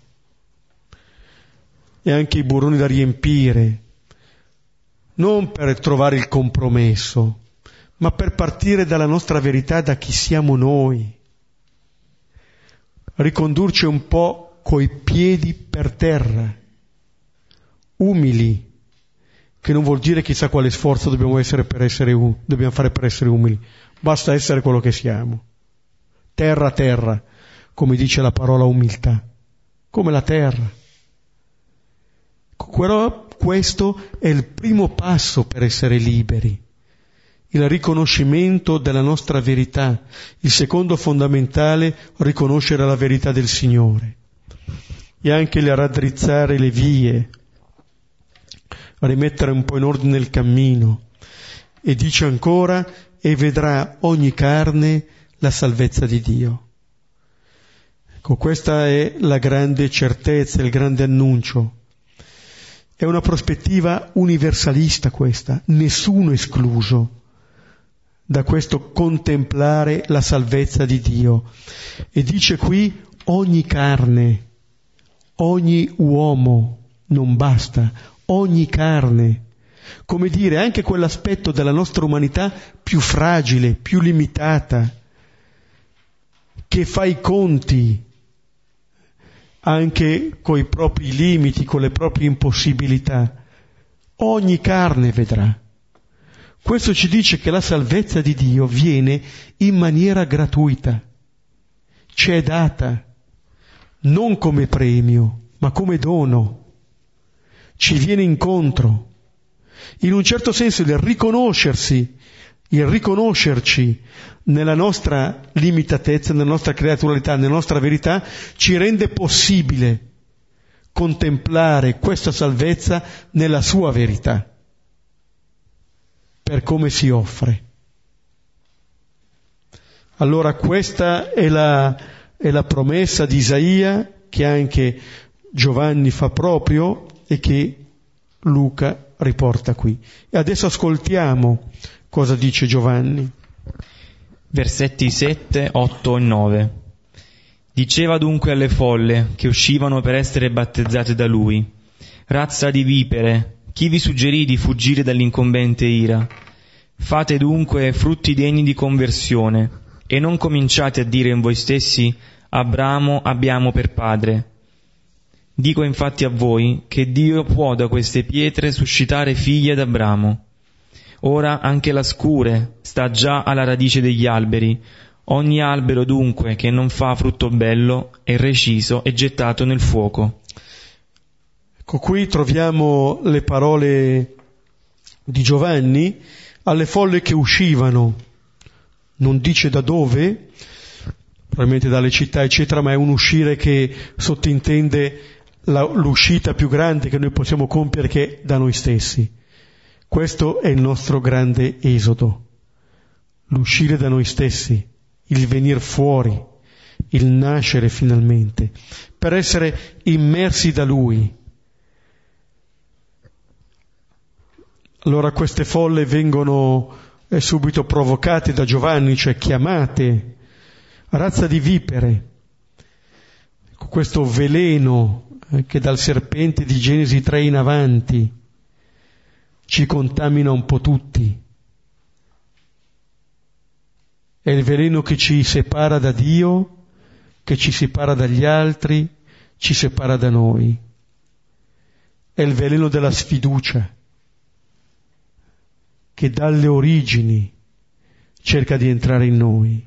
S2: e anche i burroni da riempire, non per trovare il compromesso, ma per partire dalla nostra verità, da chi siamo noi, ricondurci un po' coi piedi per terra, umili, che non vuol dire chissà quale sforzo dobbiamo essere per essere um- dobbiamo fare per essere umili, basta essere quello che siamo, terra a terra, come dice la parola umiltà, come la terra. Però questo è il primo passo per essere liberi, il riconoscimento della nostra verità. Il secondo fondamentale, riconoscere la verità del Signore, e anche il raddrizzare le vie, rimettere un po' in ordine il cammino. E dice ancora: e vedrà ogni carne la salvezza di Dio. Ecco, questa è la grande certezza, il grande annuncio. È una prospettiva universalista questa, nessuno escluso da questo contemplare la salvezza di Dio. E dice qui ogni carne, ogni uomo, non basta, ogni carne. Come dire, anche quell'aspetto della nostra umanità più fragile, più limitata, che fa i conti anche coi propri limiti, con le proprie impossibilità. Ogni carne vedrà. Questo ci dice che la salvezza di Dio viene in maniera gratuita, ci è data, non come premio, ma come dono. Ci viene incontro. In un certo senso il riconoscersi, il riconoscerci nella nostra limitatezza, nella nostra creaturalità, nella nostra verità, ci rende possibile contemplare questa salvezza nella sua verità, per come si offre. Allora questa è la, è la promessa di Isaia, che anche Giovanni fa proprio e che Luca riporta qui. E adesso ascoltiamo cosa dice Giovanni.
S1: Versetti sette, otto e nove. Diceva dunque alle folle che uscivano per essere battezzate da lui: razza di vipere, chi vi suggerì di fuggire dall'incombente ira? Fate dunque frutti degni di conversione, e non cominciate a dire in voi stessi: Abramo abbiamo per padre. Dico infatti a voi che Dio può da queste pietre suscitare figli ad Abramo. Ora anche la scure sta già alla radice degli alberi. Ogni albero dunque che non fa frutto bello è reciso e gettato nel fuoco.
S2: Ecco, qui troviamo le parole di Giovanni alle folle che uscivano. Non dice da dove, probabilmente dalle città eccetera, ma è un uscire che sottintende la, l'uscita più grande che noi possiamo compiere, che è da noi stessi. Questo è il nostro grande esodo, l'uscire da noi stessi, il venir fuori, il nascere finalmente, per essere immersi da Lui. Allora queste folle vengono eh, subito provocate da Giovanni, cioè chiamate razza di vipere, questo veleno eh, che dal serpente di Genesi tre in avanti ci contamina un po' tutti. È il veleno che ci separa da Dio, che ci separa dagli altri, ci separa da noi. È il veleno della sfiducia, che dalle origini cerca di entrare in noi.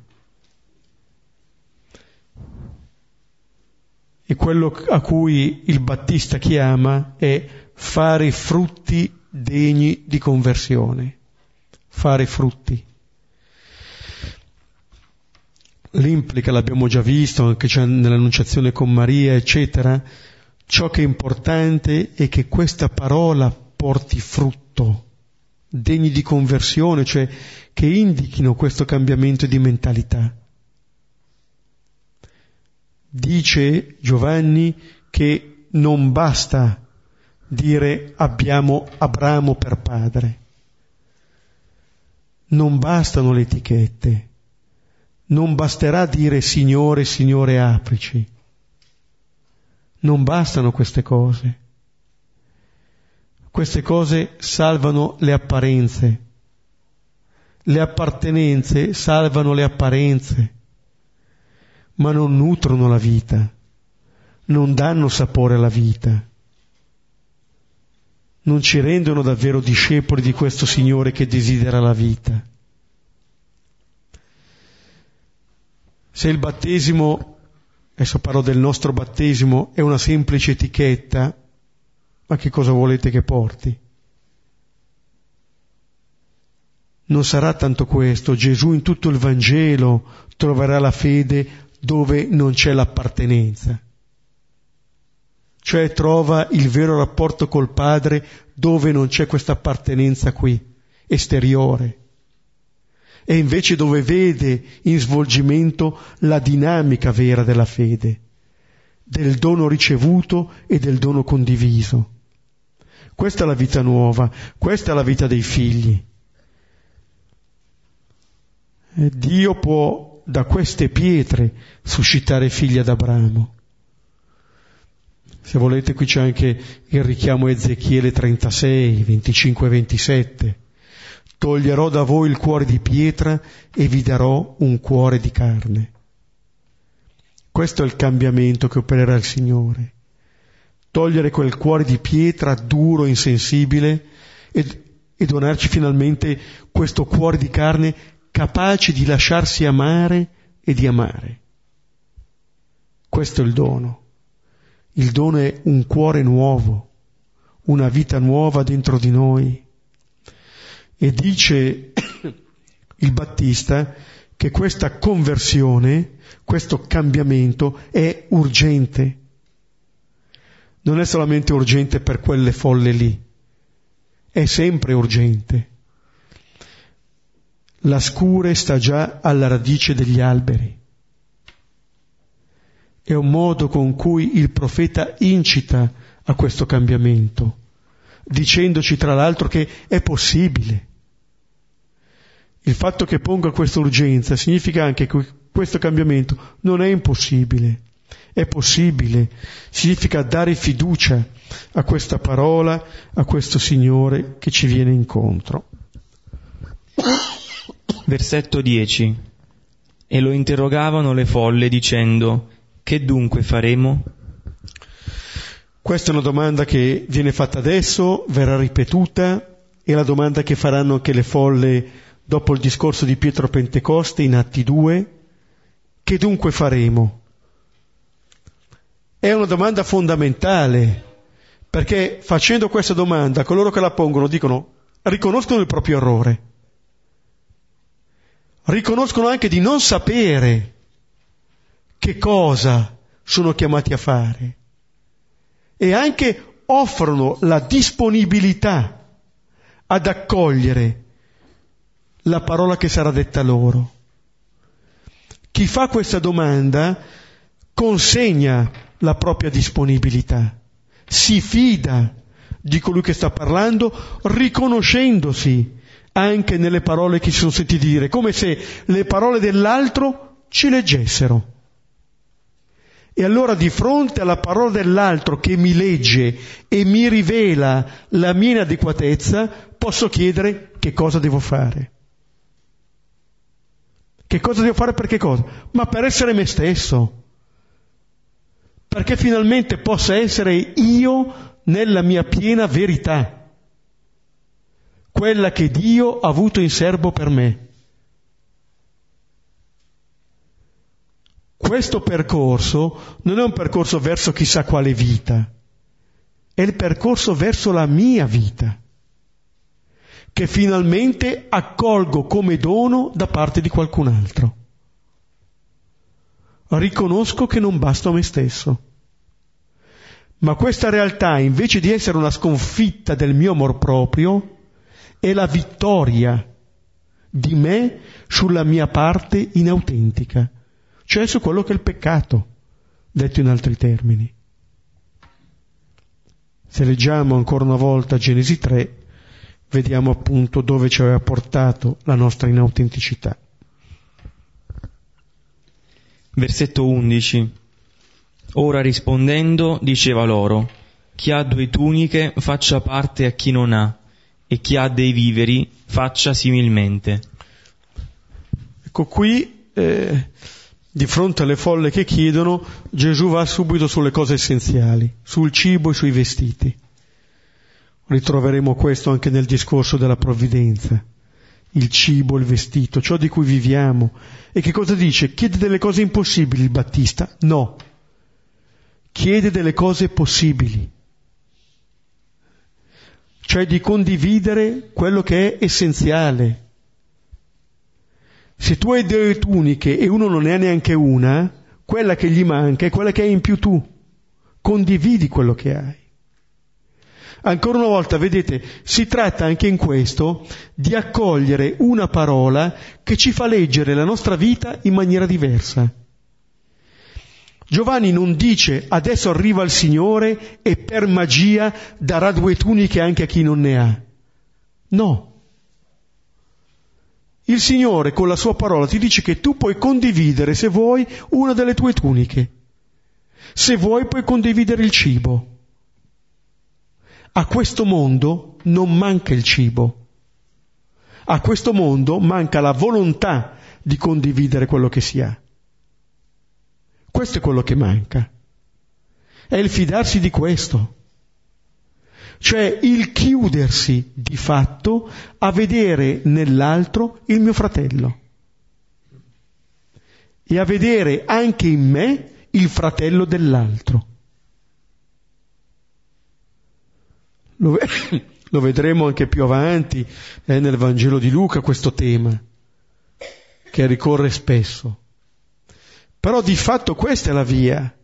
S2: E quello a cui il Battista chiama è fare frutti degni di conversione. Fare frutti. l'implica, l'abbiamo già visto anche nell'annunciazione con Maria, eccetera. Ciò che è importante è che questa parola porti frutto, degni di conversione, cioè che indichino questo cambiamento di mentalità. Dice Giovanni che non basta dire abbiamo Abramo per padre, non bastano le etichette, non basterà dire Signore, Signore aprici, non bastano queste cose. Queste cose salvano le apparenze, le appartenenze salvano le apparenze, ma non nutrono la vita, non danno sapore alla vita, non ci rendono davvero discepoli di questo Signore che desidera la vita. Se il battesimo, adesso parlo del nostro battesimo, è una semplice etichetta, ma che cosa volete che porti? Non sarà tanto questo. Gesù in tutto il Vangelo troverà la fede dove non c'è l'appartenenza. Cioè trova il vero rapporto col Padre dove non c'è questa appartenenza qui, esteriore. E invece dove vede in svolgimento la dinamica vera della fede, del dono ricevuto e del dono condiviso. Questa è la vita nuova, questa è la vita dei figli. E Dio può da queste pietre suscitare figli ad Abramo. Se volete qui c'è anche il richiamo a Ezechiele trentasei, venticinque e ventisette. Toglierò da voi il cuore di pietra e vi darò un cuore di carne. Questo è il cambiamento che opererà il Signore. Togliere quel cuore di pietra duro, insensibile e, e donarci finalmente questo cuore di carne capace di lasciarsi amare e di amare. Questo è il dono. Il dono è un cuore nuovo, una vita nuova dentro di noi. E dice il Battista che questa conversione, questo cambiamento è urgente. Non è solamente urgente per quelle folle lì, è sempre urgente. La scure sta già alla radice degli alberi. È un modo con cui il profeta incita a questo cambiamento, dicendoci tra l'altro che è possibile. Il fatto che ponga questa urgenza significa anche che questo cambiamento non è impossibile, è possibile, significa dare fiducia a questa parola, a questo Signore che ci viene incontro.
S1: Versetto dieci. E lo interrogavano le folle dicendo: che dunque faremo?
S2: Questa è una domanda che viene fatta adesso, verrà ripetuta, è la domanda che faranno anche le folle dopo il discorso di Pietro Pentecoste in Atti due. Che dunque faremo? È una domanda fondamentale, perché facendo questa domanda coloro che la pongono dicono, riconoscono il proprio errore, riconoscono anche di non sapere che cosa sono chiamati a fare e anche offrono la disponibilità ad accogliere la parola che sarà detta loro. Chi fa questa domanda consegna la propria disponibilità, si fida di colui che sta parlando, riconoscendosi anche nelle parole che si sono sentiti dire, come se le parole dell'altro ci leggessero. E allora di fronte alla parola dell'altro che mi legge e mi rivela la mia inadeguatezza, posso chiedere che cosa devo fare. Che cosa devo fare per che cosa? Ma per essere me stesso. Perché finalmente possa essere io nella mia piena verità. Quella che Dio ha avuto in serbo per me. Questo percorso non è un percorso verso chissà quale vita, è il percorso verso la mia vita, che finalmente accolgo come dono da parte di qualcun altro. riconosco che non basto a me stesso. Ma questa realtà, invece di essere una sconfitta del mio amor proprio, è la vittoria di me sulla mia parte inautentica, cioè su quello che è il peccato, detto in altri termini. Se leggiamo ancora una volta Genesi tre, vediamo appunto dove ci aveva portato la nostra inautenticità.
S1: Versetto undici. Ora rispondendo diceva loro: chi ha due tuniche faccia parte a chi non ha, e chi ha dei viveri faccia similmente.
S2: Ecco qui, eh, di fronte alle folle che chiedono, Gesù va subito sulle cose essenziali, sul cibo e sui vestiti. Ritroveremo questo anche nel discorso della provvidenza. Il cibo, il vestito, ciò di cui viviamo. E che cosa dice? Chiede delle cose impossibili il Battista? No. Chiede delle cose possibili. Cioè di condividere quello che è essenziale. Se tu hai due tuniche e uno non ne ha neanche una, quella che gli manca è quella che hai in più tu. Condividi quello che hai. Ancora una volta, vedete, si tratta anche in questo di accogliere una parola che ci fa leggere la nostra vita in maniera diversa. Giovanni non dice adesso arriva il Signore e per magia darà due tuniche anche a chi non ne ha. No. Il Signore con la sua parola ti dice che tu puoi condividere, se vuoi, una delle tue tuniche. Se vuoi puoi condividere il cibo. A questo mondo non manca il cibo. A questo mondo manca la volontà di condividere quello che si ha. Questo è quello che manca. È il fidarsi di questo. Cioè il chiudersi di fatto a vedere nell'altro il mio fratello. E a vedere anche in me il fratello dell'altro. Lo, lo vedremo anche più avanti eh, nel Vangelo di Luca, questo tema, che ricorre spesso. Però di fatto questa è la via,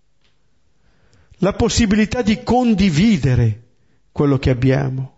S2: la possibilità di condividere quello che abbiamo.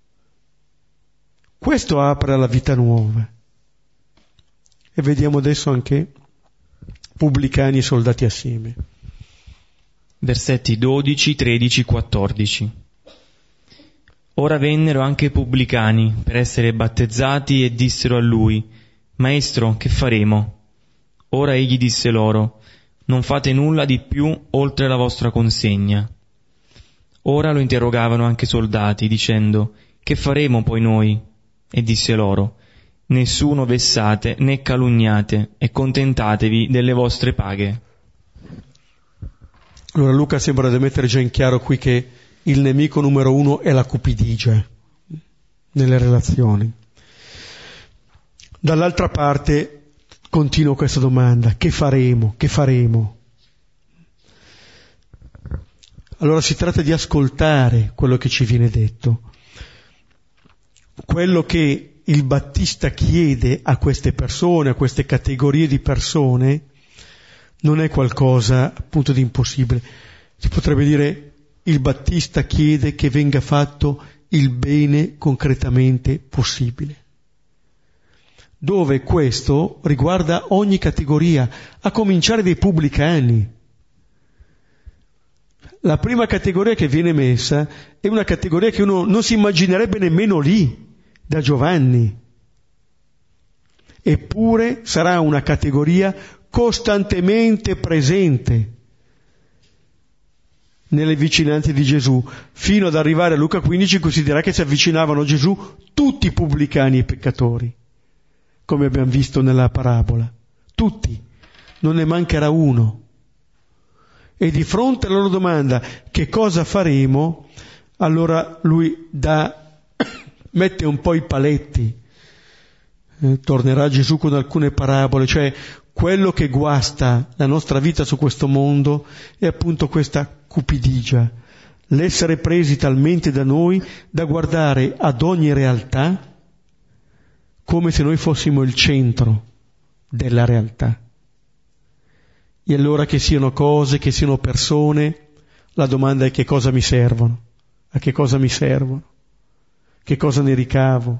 S2: Questo apre alla vita nuova. E vediamo adesso anche pubblicani e soldati assieme.
S1: Versetti dodici, tredici, quattordici. Ora vennero anche i pubblicani per essere battezzati e dissero a lui: Maestro, che faremo? Ora egli disse loro: non fate nulla di più oltre la vostra consegna. Ora lo interrogavano anche i soldati, dicendo: che faremo poi noi? E disse loro: nessuno vessate né calunniate, e contentatevi delle vostre paghe.
S2: Allora Luca sembra di mettere già in chiaro qui che il nemico numero uno è la cupidigia nelle relazioni. Dall'altra parte continua questa domanda: che faremo? Che faremo? Allora si tratta di ascoltare quello che ci viene detto. Quello che il Battista chiede a queste persone, a queste categorie di persone, non è qualcosa appunto di impossibile. Si potrebbe dire: il Battista chiede che venga fatto il bene concretamente possibile. Dove questo riguarda ogni categoria, a cominciare dai pubblicani. La prima categoria che viene messa è una categoria che uno non si immaginerebbe nemmeno lì, da Giovanni. Eppure sarà una categoria costantemente presente nelle vicinanze di Gesù, fino ad arrivare a Luca quindici, in cui si dirà che si avvicinavano a Gesù tutti i pubblicani e peccatori, come abbiamo visto nella parabola. Tutti, non ne mancherà uno. E di fronte alla loro domanda che cosa faremo, allora lui dà, mette un po' i paletti. Eh, tornerà Gesù con alcune parabole, cioè quello che guasta la nostra vita su questo mondo è appunto questa cupidigia, l'essere presi talmente da noi da guardare ad ogni realtà come se noi fossimo il centro della realtà. E allora, che siano cose, che siano persone, la domanda è: che cosa mi servono? A che cosa mi servono? Che cosa ne ricavo?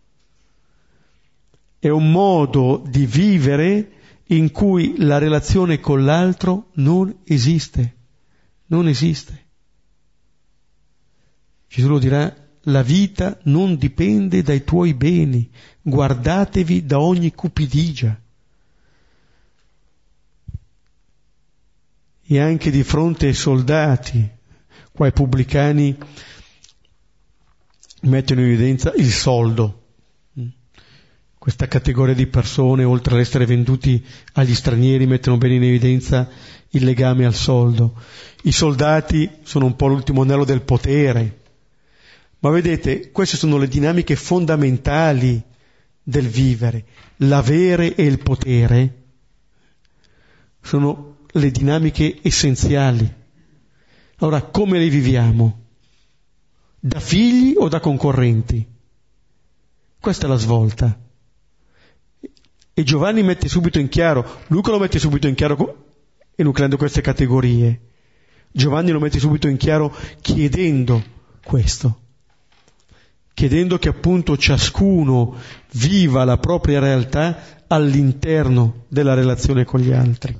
S2: È un modo di vivere in cui la relazione con l'altro non esiste, non esiste. Gesù lo dirà: la vita non dipende dai tuoi beni, guardatevi da ogni cupidigia. E anche di fronte ai soldati, qua i pubblicani mettono in evidenza il soldo. Questa categoria di persone, oltre ad essere venduti agli stranieri, mettono bene in evidenza il legame al soldo. I soldati sono un po' l'ultimo anello del potere. Ma vedete, queste sono le dinamiche fondamentali del vivere. L'avere e il potere sono le dinamiche essenziali. Allora, come le viviamo? Da figli o da concorrenti? Questa è la svolta. E Giovanni mette subito in chiaro, Luca lo mette subito in chiaro enucleando queste categorie. Giovanni lo mette subito in chiaro chiedendo questo. Chiedendo che appunto ciascuno viva la propria realtà all'interno della relazione con gli altri.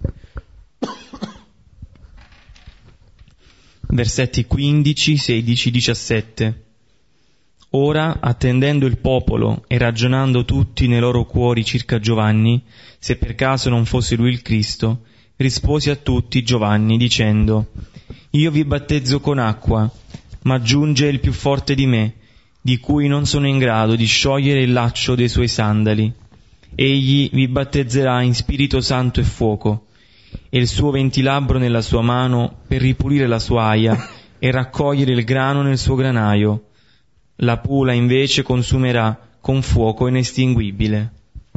S1: Versetti quindici, sedici, diciassette. Ora, attendendo il popolo e ragionando tutti nei loro cuori circa Giovanni, se per caso non fosse lui il Cristo, rispose a tutti Giovanni dicendo: Io vi battezzo con acqua, ma giunge il più forte di me, di cui non sono in grado di sciogliere il laccio dei suoi sandali. Egli vi battezzerà in Spirito Santo e fuoco, e il suo ventilabro nella sua mano per ripulire la sua aia e raccogliere il grano nel suo granaio. La pula invece consumerà con fuoco inestinguibile.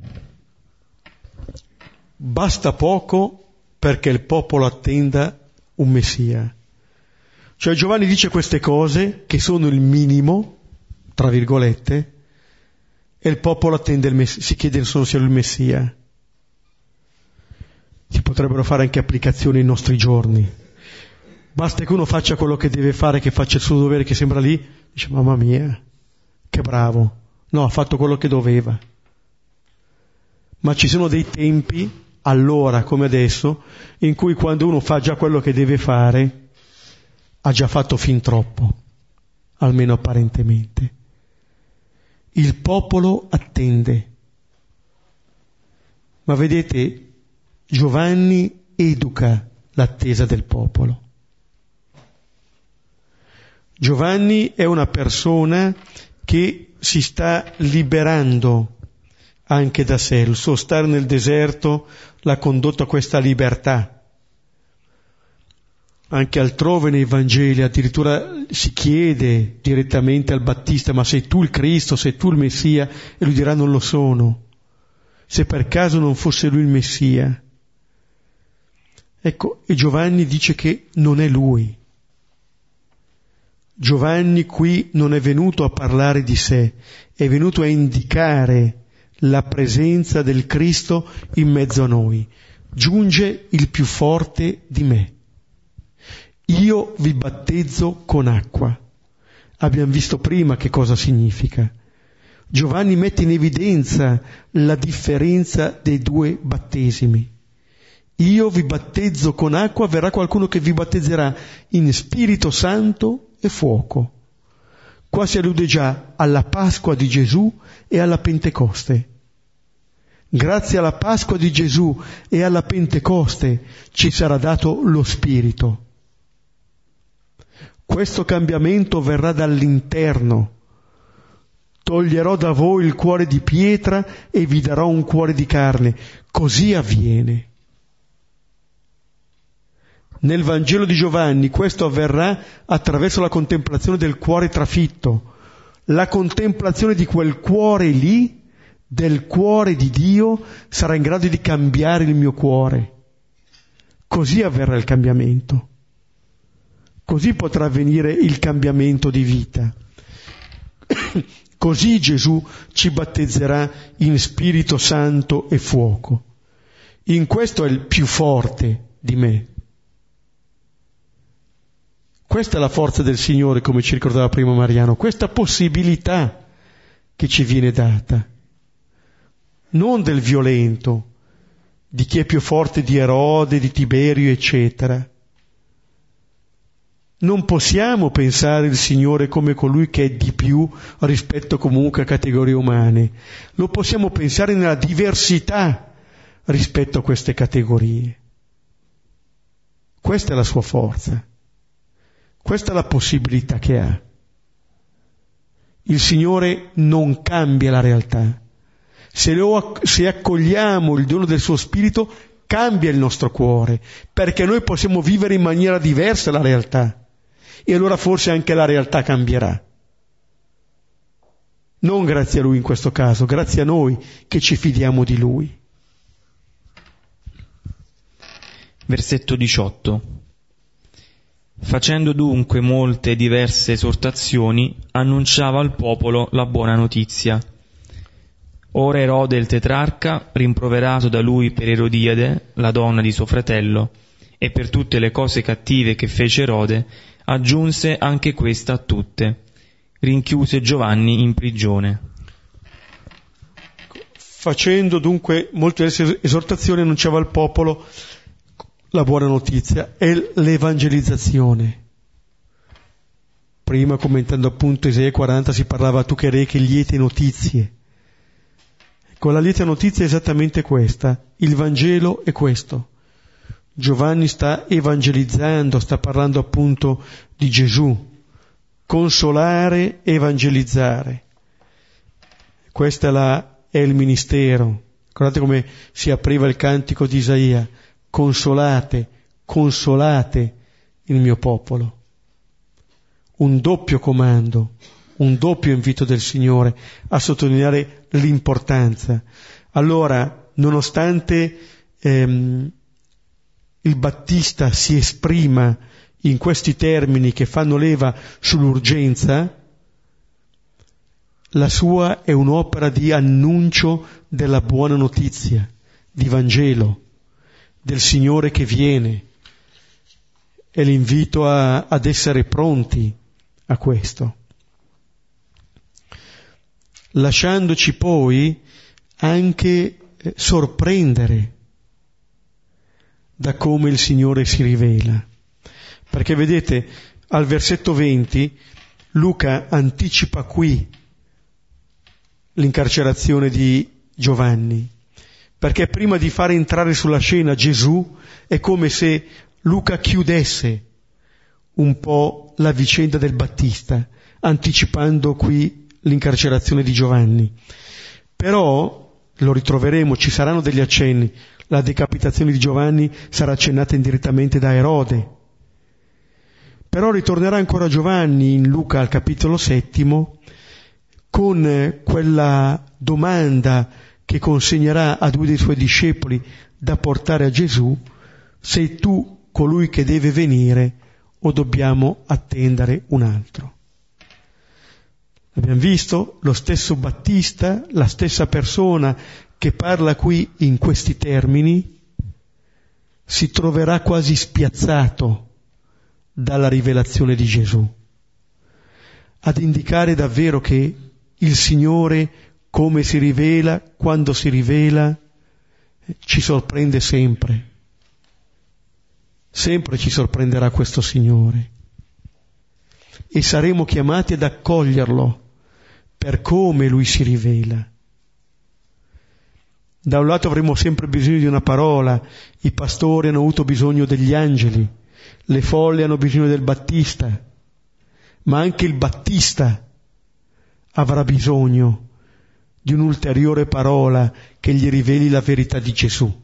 S2: Basta poco perché il popolo attenda un Messia. Cioè Giovanni dice queste cose che sono il minimo, tra virgolette, e il popolo attende il Messia, si chiede se non sia il Messia. Si potrebbero fare anche applicazioni ai nostri giorni. Basta che uno faccia quello che deve fare, che faccia il suo dovere, che sembra lì, dice: mamma mia, che bravo. No, ha fatto quello che doveva. Ma ci sono dei tempi, allora come adesso, in cui quando uno fa già quello che deve fare, ha già fatto fin troppo, almeno apparentemente. Il popolo attende. Ma vedete, Giovanni educa l'attesa del popolo. Giovanni è una persona che si sta liberando anche da sé. Il suo stare nel deserto l'ha condotto a questa libertà. Anche altrove nei Vangeli addirittura si chiede direttamente al Battista: ma sei tu il Cristo, sei tu il Messia? E lui dirà: non lo sono. Se per caso non fosse lui il Messia. Ecco, e Giovanni dice che non è lui. Giovanni qui non è venuto a parlare di sé, è venuto a indicare la presenza del Cristo in mezzo a noi. Giunge il più forte di me. Io vi battezzo con acqua. Abbiamo visto prima che cosa significa. Giovanni mette in evidenza la differenza dei due battesimi. Io vi battezzo con acqua, verrà qualcuno che vi battezzerà in Spirito Santo e fuoco. Qua si allude già alla Pasqua di Gesù e alla Pentecoste. Grazie alla Pasqua di Gesù e alla Pentecoste ci sarà dato lo Spirito. Questo cambiamento verrà dall'interno. Toglierò da voi il cuore di pietra e vi darò un cuore di carne. Così avviene. Nel Vangelo di Giovanni questo avverrà attraverso la contemplazione del cuore trafitto, la contemplazione di quel cuore lì, del cuore di Dio, sarà in grado di cambiare il mio cuore. Così avverrà il cambiamento. Così potrà avvenire il cambiamento di vita. Così Gesù ci battezzerà in Spirito Santo e fuoco. In questo è il più forte di me. Questa è la forza del Signore, come ci ricordava prima Mariano, questa possibilità che ci viene data, non del violento, di chi è più forte di Erode, di Tiberio, eccetera. Non possiamo pensare il Signore come colui che è di più rispetto comunque a categorie umane. Lo possiamo pensare nella diversità rispetto a queste categorie. Questa è la sua forza. Questa è la possibilità che ha. Il Signore non cambia la realtà. Se, lo, se accogliamo il dono del suo Spirito, cambia il nostro cuore, perché noi possiamo vivere in maniera diversa la realtà. E allora forse anche la realtà cambierà. Non grazie a Lui in questo caso, grazie a noi che ci fidiamo di Lui.
S1: Versetto diciotto. Facendo dunque molte diverse esortazioni, annunciava al popolo la buona notizia. Ora Erode il tetrarca, rimproverato da lui per Erodiade, la donna di suo fratello, e per tutte le cose cattive che fece Erode, aggiunse anche questa a tutte. Rinchiuse Giovanni in prigione.
S2: Facendo dunque molte esortazioni, annunciava al popolo la buona notizia e l'evangelizzazione. Prima, commentando appunto Isaia quaranta, si parlava tu che rechi liete notizie. Ecco, la lieta notizia è esattamente questa. Il Vangelo è questo. Giovanni sta evangelizzando, sta parlando appunto di Gesù. Consolare, evangelizzare. Questo è, la, è il ministero. Guardate come si apriva il cantico di Isaia. Consolate, consolate il mio popolo. Un doppio comando, un doppio invito del Signore a sottolineare l'importanza. Allora, nonostante ehm, il Battista si esprima in questi termini che fanno leva sull'urgenza, la sua è un'opera di annuncio della buona notizia, di Vangelo, del Signore che viene. È l'invito a, ad essere pronti a questo. Lasciandoci poi anche eh, sorprendere da come il Signore si rivela. Perché vedete, al versetto venti, Luca anticipa qui l'incarcerazione di Giovanni, perché prima di fare entrare sulla scena Gesù è come se Luca chiudesse un po' la vicenda del Battista, anticipando qui l'incarcerazione di Giovanni. Però, lo ritroveremo, ci saranno degli accenni. La decapitazione di Giovanni sarà accennata indirettamente da Erode. Però ritornerà ancora Giovanni in Luca al capitolo settimo con quella domanda che consegnerà a due dei suoi discepoli da portare a Gesù: sei tu colui che deve venire o dobbiamo attendere un altro? Abbiamo visto lo stesso Battista, la stessa persona che parla qui in questi termini, si troverà quasi spiazzato dalla rivelazione di Gesù, ad indicare davvero che il Signore, come si rivela, quando si rivela, ci sorprende sempre. Sempre ci sorprenderà questo Signore. E saremo chiamati ad accoglierlo per come Lui si rivela. Da un lato avremo sempre bisogno di una parola, i pastori hanno avuto bisogno degli angeli, le folle hanno bisogno del Battista, ma anche il Battista avrà bisogno di un'ulteriore parola che gli riveli la verità di Gesù.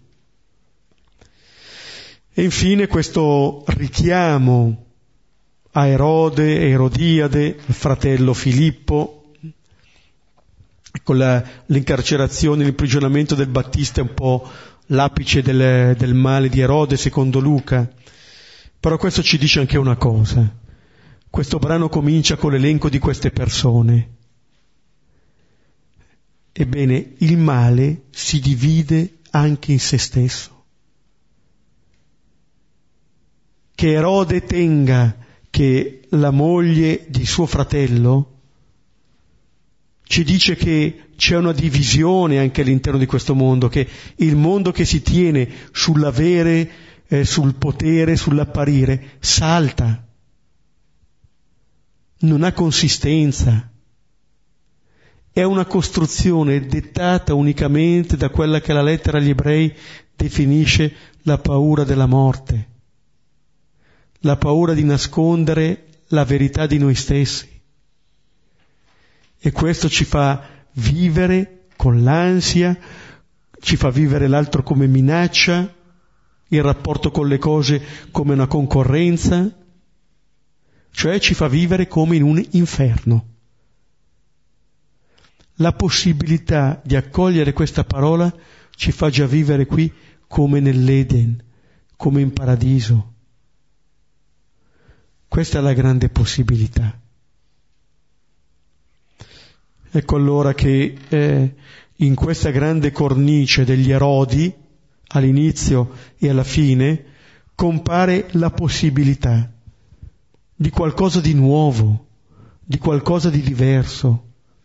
S2: E infine questo richiamo a Erode e Erodiade, il fratello Filippo. Con la, l'incarcerazione, l'imprigionamento del Battista è un po' l'apice del, del male di Erode, secondo Luca. Però questo ci dice anche una cosa. Questo brano comincia con l'elenco di queste persone. Ebbene, il male si divide anche in se stesso. che Erode tenga che la moglie di suo fratello, ci dice che c'è una divisione anche all'interno di questo mondo, che il mondo che si tiene sull'avere, eh, sul potere, sull'apparire, salta, non ha consistenza, è una costruzione dettata unicamente da quella che la lettera agli ebrei definisce la paura della morte, la paura di nascondere la verità di noi stessi. E questo ci fa vivere con l'ansia, ci fa vivere l'altro come minaccia, il rapporto con le cose come una concorrenza, cioè ci fa vivere come in un inferno. La possibilità di accogliere questa parola ci fa già vivere qui come nell'Eden, come in paradiso. Questa è la grande possibilità. Ecco allora che eh, in questa grande cornice degli Erodi, all'inizio e alla fine, compare la possibilità di qualcosa di nuovo, di qualcosa di diverso,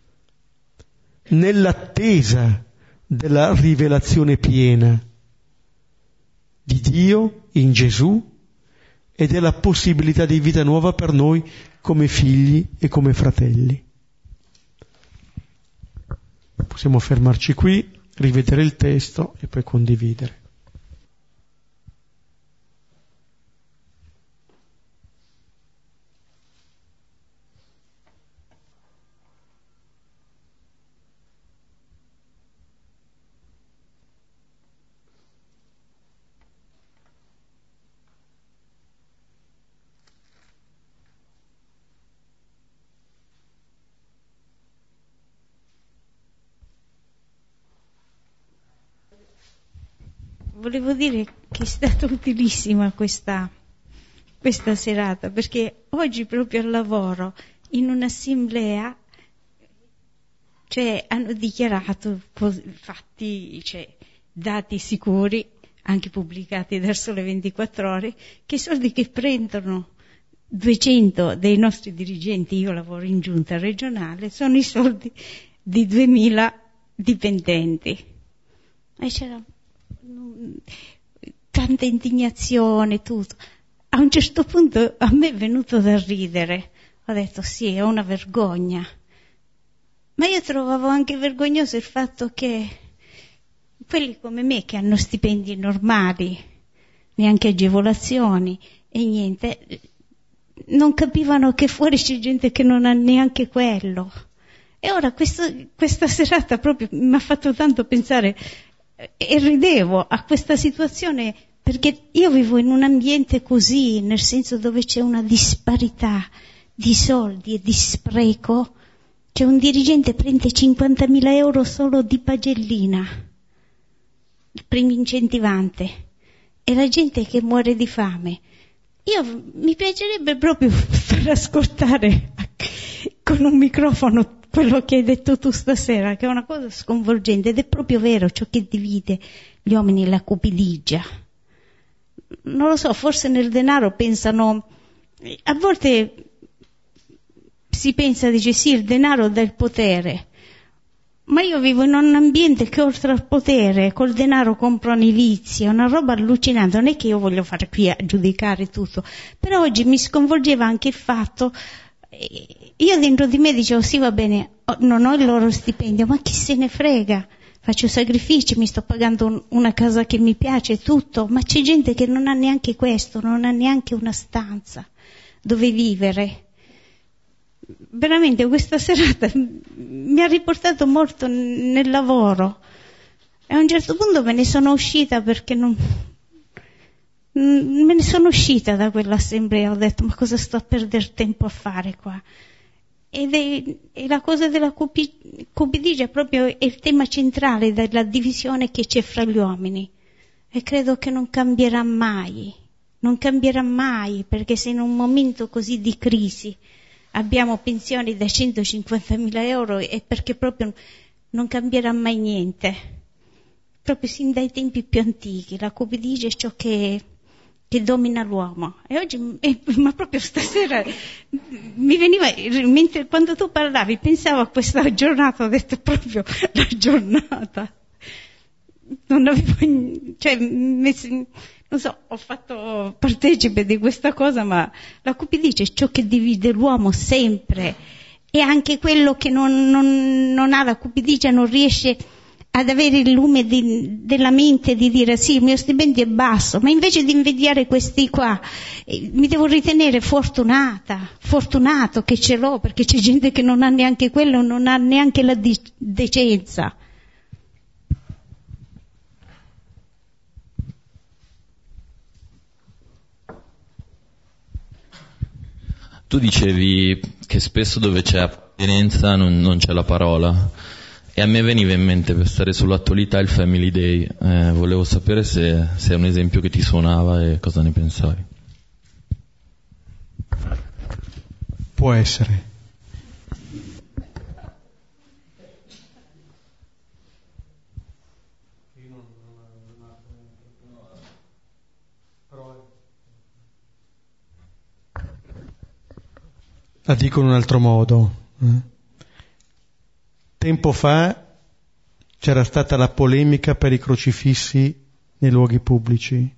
S2: nell'attesa della rivelazione piena di Dio in Gesù e della possibilità di vita nuova per noi come figli e come fratelli. Possiamo fermarci qui, rivedere il testo e poi condividere.
S3: Volevo dire che è stata utilissima questa, questa serata, perché oggi proprio al lavoro, in un'assemblea, cioè hanno dichiarato fatti, cioè, dati sicuri, anche pubblicati dal Sole ventiquattro Ore, che i soldi che prendono duecento dei nostri dirigenti, io lavoro in giunta regionale, sono i soldi di duemila dipendenti. E c'era tanta indignazione, tutto. A un certo punto a me è venuto da ridere, ho detto sì, è una vergogna, ma io trovavo anche vergognoso il fatto che quelli come me che hanno stipendi normali, neanche agevolazioni e niente, non capivano che fuori c'è gente che non ha neanche quello. E ora questo, questa serata proprio mi ha fatto tanto pensare e ridevo a questa situazione, perché io vivo in un ambiente così, nel senso dove c'è una disparità di soldi e di spreco. C'è un dirigente che prende cinquantamila euro solo di pagellina, il primo incentivante, e la gente che muore di fame. Io mi piacerebbe proprio far ascoltare con un microfono quello che hai detto tu stasera, che è una cosa sconvolgente, ed è proprio vero ciò che divide gli uomini, la cupidigia. Non lo so, forse nel denaro pensano, a volte si pensa, dice sì, il denaro dà il potere, ma io vivo in un ambiente che oltre al potere, col denaro comprano i vizi, è una roba allucinante. Non è che io voglio fare qui a giudicare tutto, però oggi mi sconvolgeva anche il fatto, io dentro di me dicevo sì, va bene, non ho il loro stipendio, ma chi se ne frega, faccio sacrifici, mi sto pagando un, una casa che mi piace, tutto, ma c'è gente che non ha neanche questo, non ha neanche una stanza dove vivere. Veramente questa serata mi ha riportato molto nel lavoro, e a un certo punto me ne sono uscita perché non me ne sono uscita da quell'assemblea, ho detto ma cosa sto a perdere tempo a fare qua. Ed è, è la cosa della cupi, cupidigia, proprio è il tema centrale della divisione che c'è fra gli uomini, e credo che non cambierà mai, non cambierà mai, perché se in un momento così di crisi abbiamo pensioni da centocinquantamila euro è perché proprio non cambierà mai niente. Proprio sin dai tempi più antichi la cupidigia è ciò che che domina l'uomo. E oggi, eh, ma proprio stasera mi veniva, mentre quando tu parlavi, pensavo a questa giornata, ho detto proprio la giornata. Non avevo, cioè, messi, non so, ho fatto partecipe di questa cosa, ma la cupidigia è ciò che divide l'uomo sempre. E anche quello che non, non, non ha la cupidigia non riesce ad avere il lume di, della mente di dire sì, il mio stipendio è basso, ma invece di invidiare questi qua, eh, mi devo ritenere fortunata, fortunato che ce l'ho, perché c'è gente che non ha neanche quello, non ha neanche la di- decenza.
S4: Tu dicevi che spesso dove c'è appartenenza non, non c'è la parola, e a me veniva in mente, per stare sull'attualità, il Family Day. Eh, volevo sapere se, se è un esempio che ti suonava e cosa ne pensavi.
S2: Può essere. La dico in un altro modo. Eh? Tempo fa c'era stata la polemica per i crocifissi nei luoghi pubblici.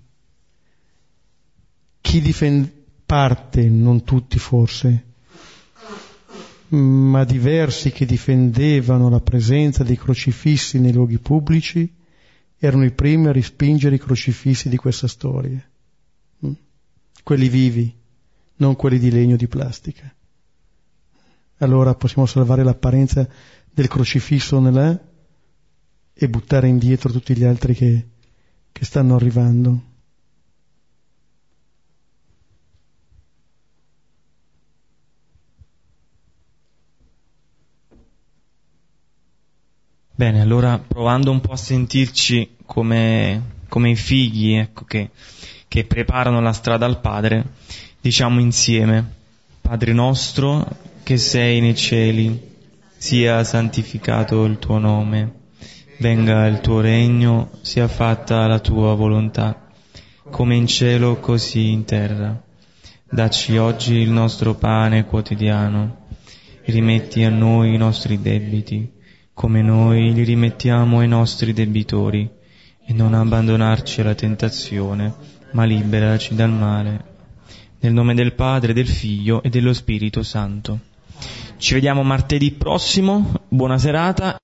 S2: Chi difende, parte, non tutti forse, ma diversi che difendevano la presenza dei crocifissi nei luoghi pubblici erano i primi a respingere i crocifissi di questa storia. Quelli vivi, non quelli di legno o di plastica. Allora possiamo salvare l'apparenza del crocifisso nella e buttare indietro tutti gli altri che, che stanno arrivando.
S1: Bene, allora provando un po' a sentirci come, come i figli, ecco, che, che preparano la strada al Padre, diciamo insieme: Padre nostro che sei nei cieli, sia santificato il tuo nome, venga il tuo regno, sia fatta la tua volontà, come in cielo così in terra. Dacci oggi il nostro pane quotidiano, rimetti a noi i nostri debiti, come noi li rimettiamo ai nostri debitori, e non abbandonarci alla tentazione, ma liberaci dal male. Nel nome del Padre, del Figlio e dello Spirito Santo. Ci vediamo martedì prossimo, buona serata.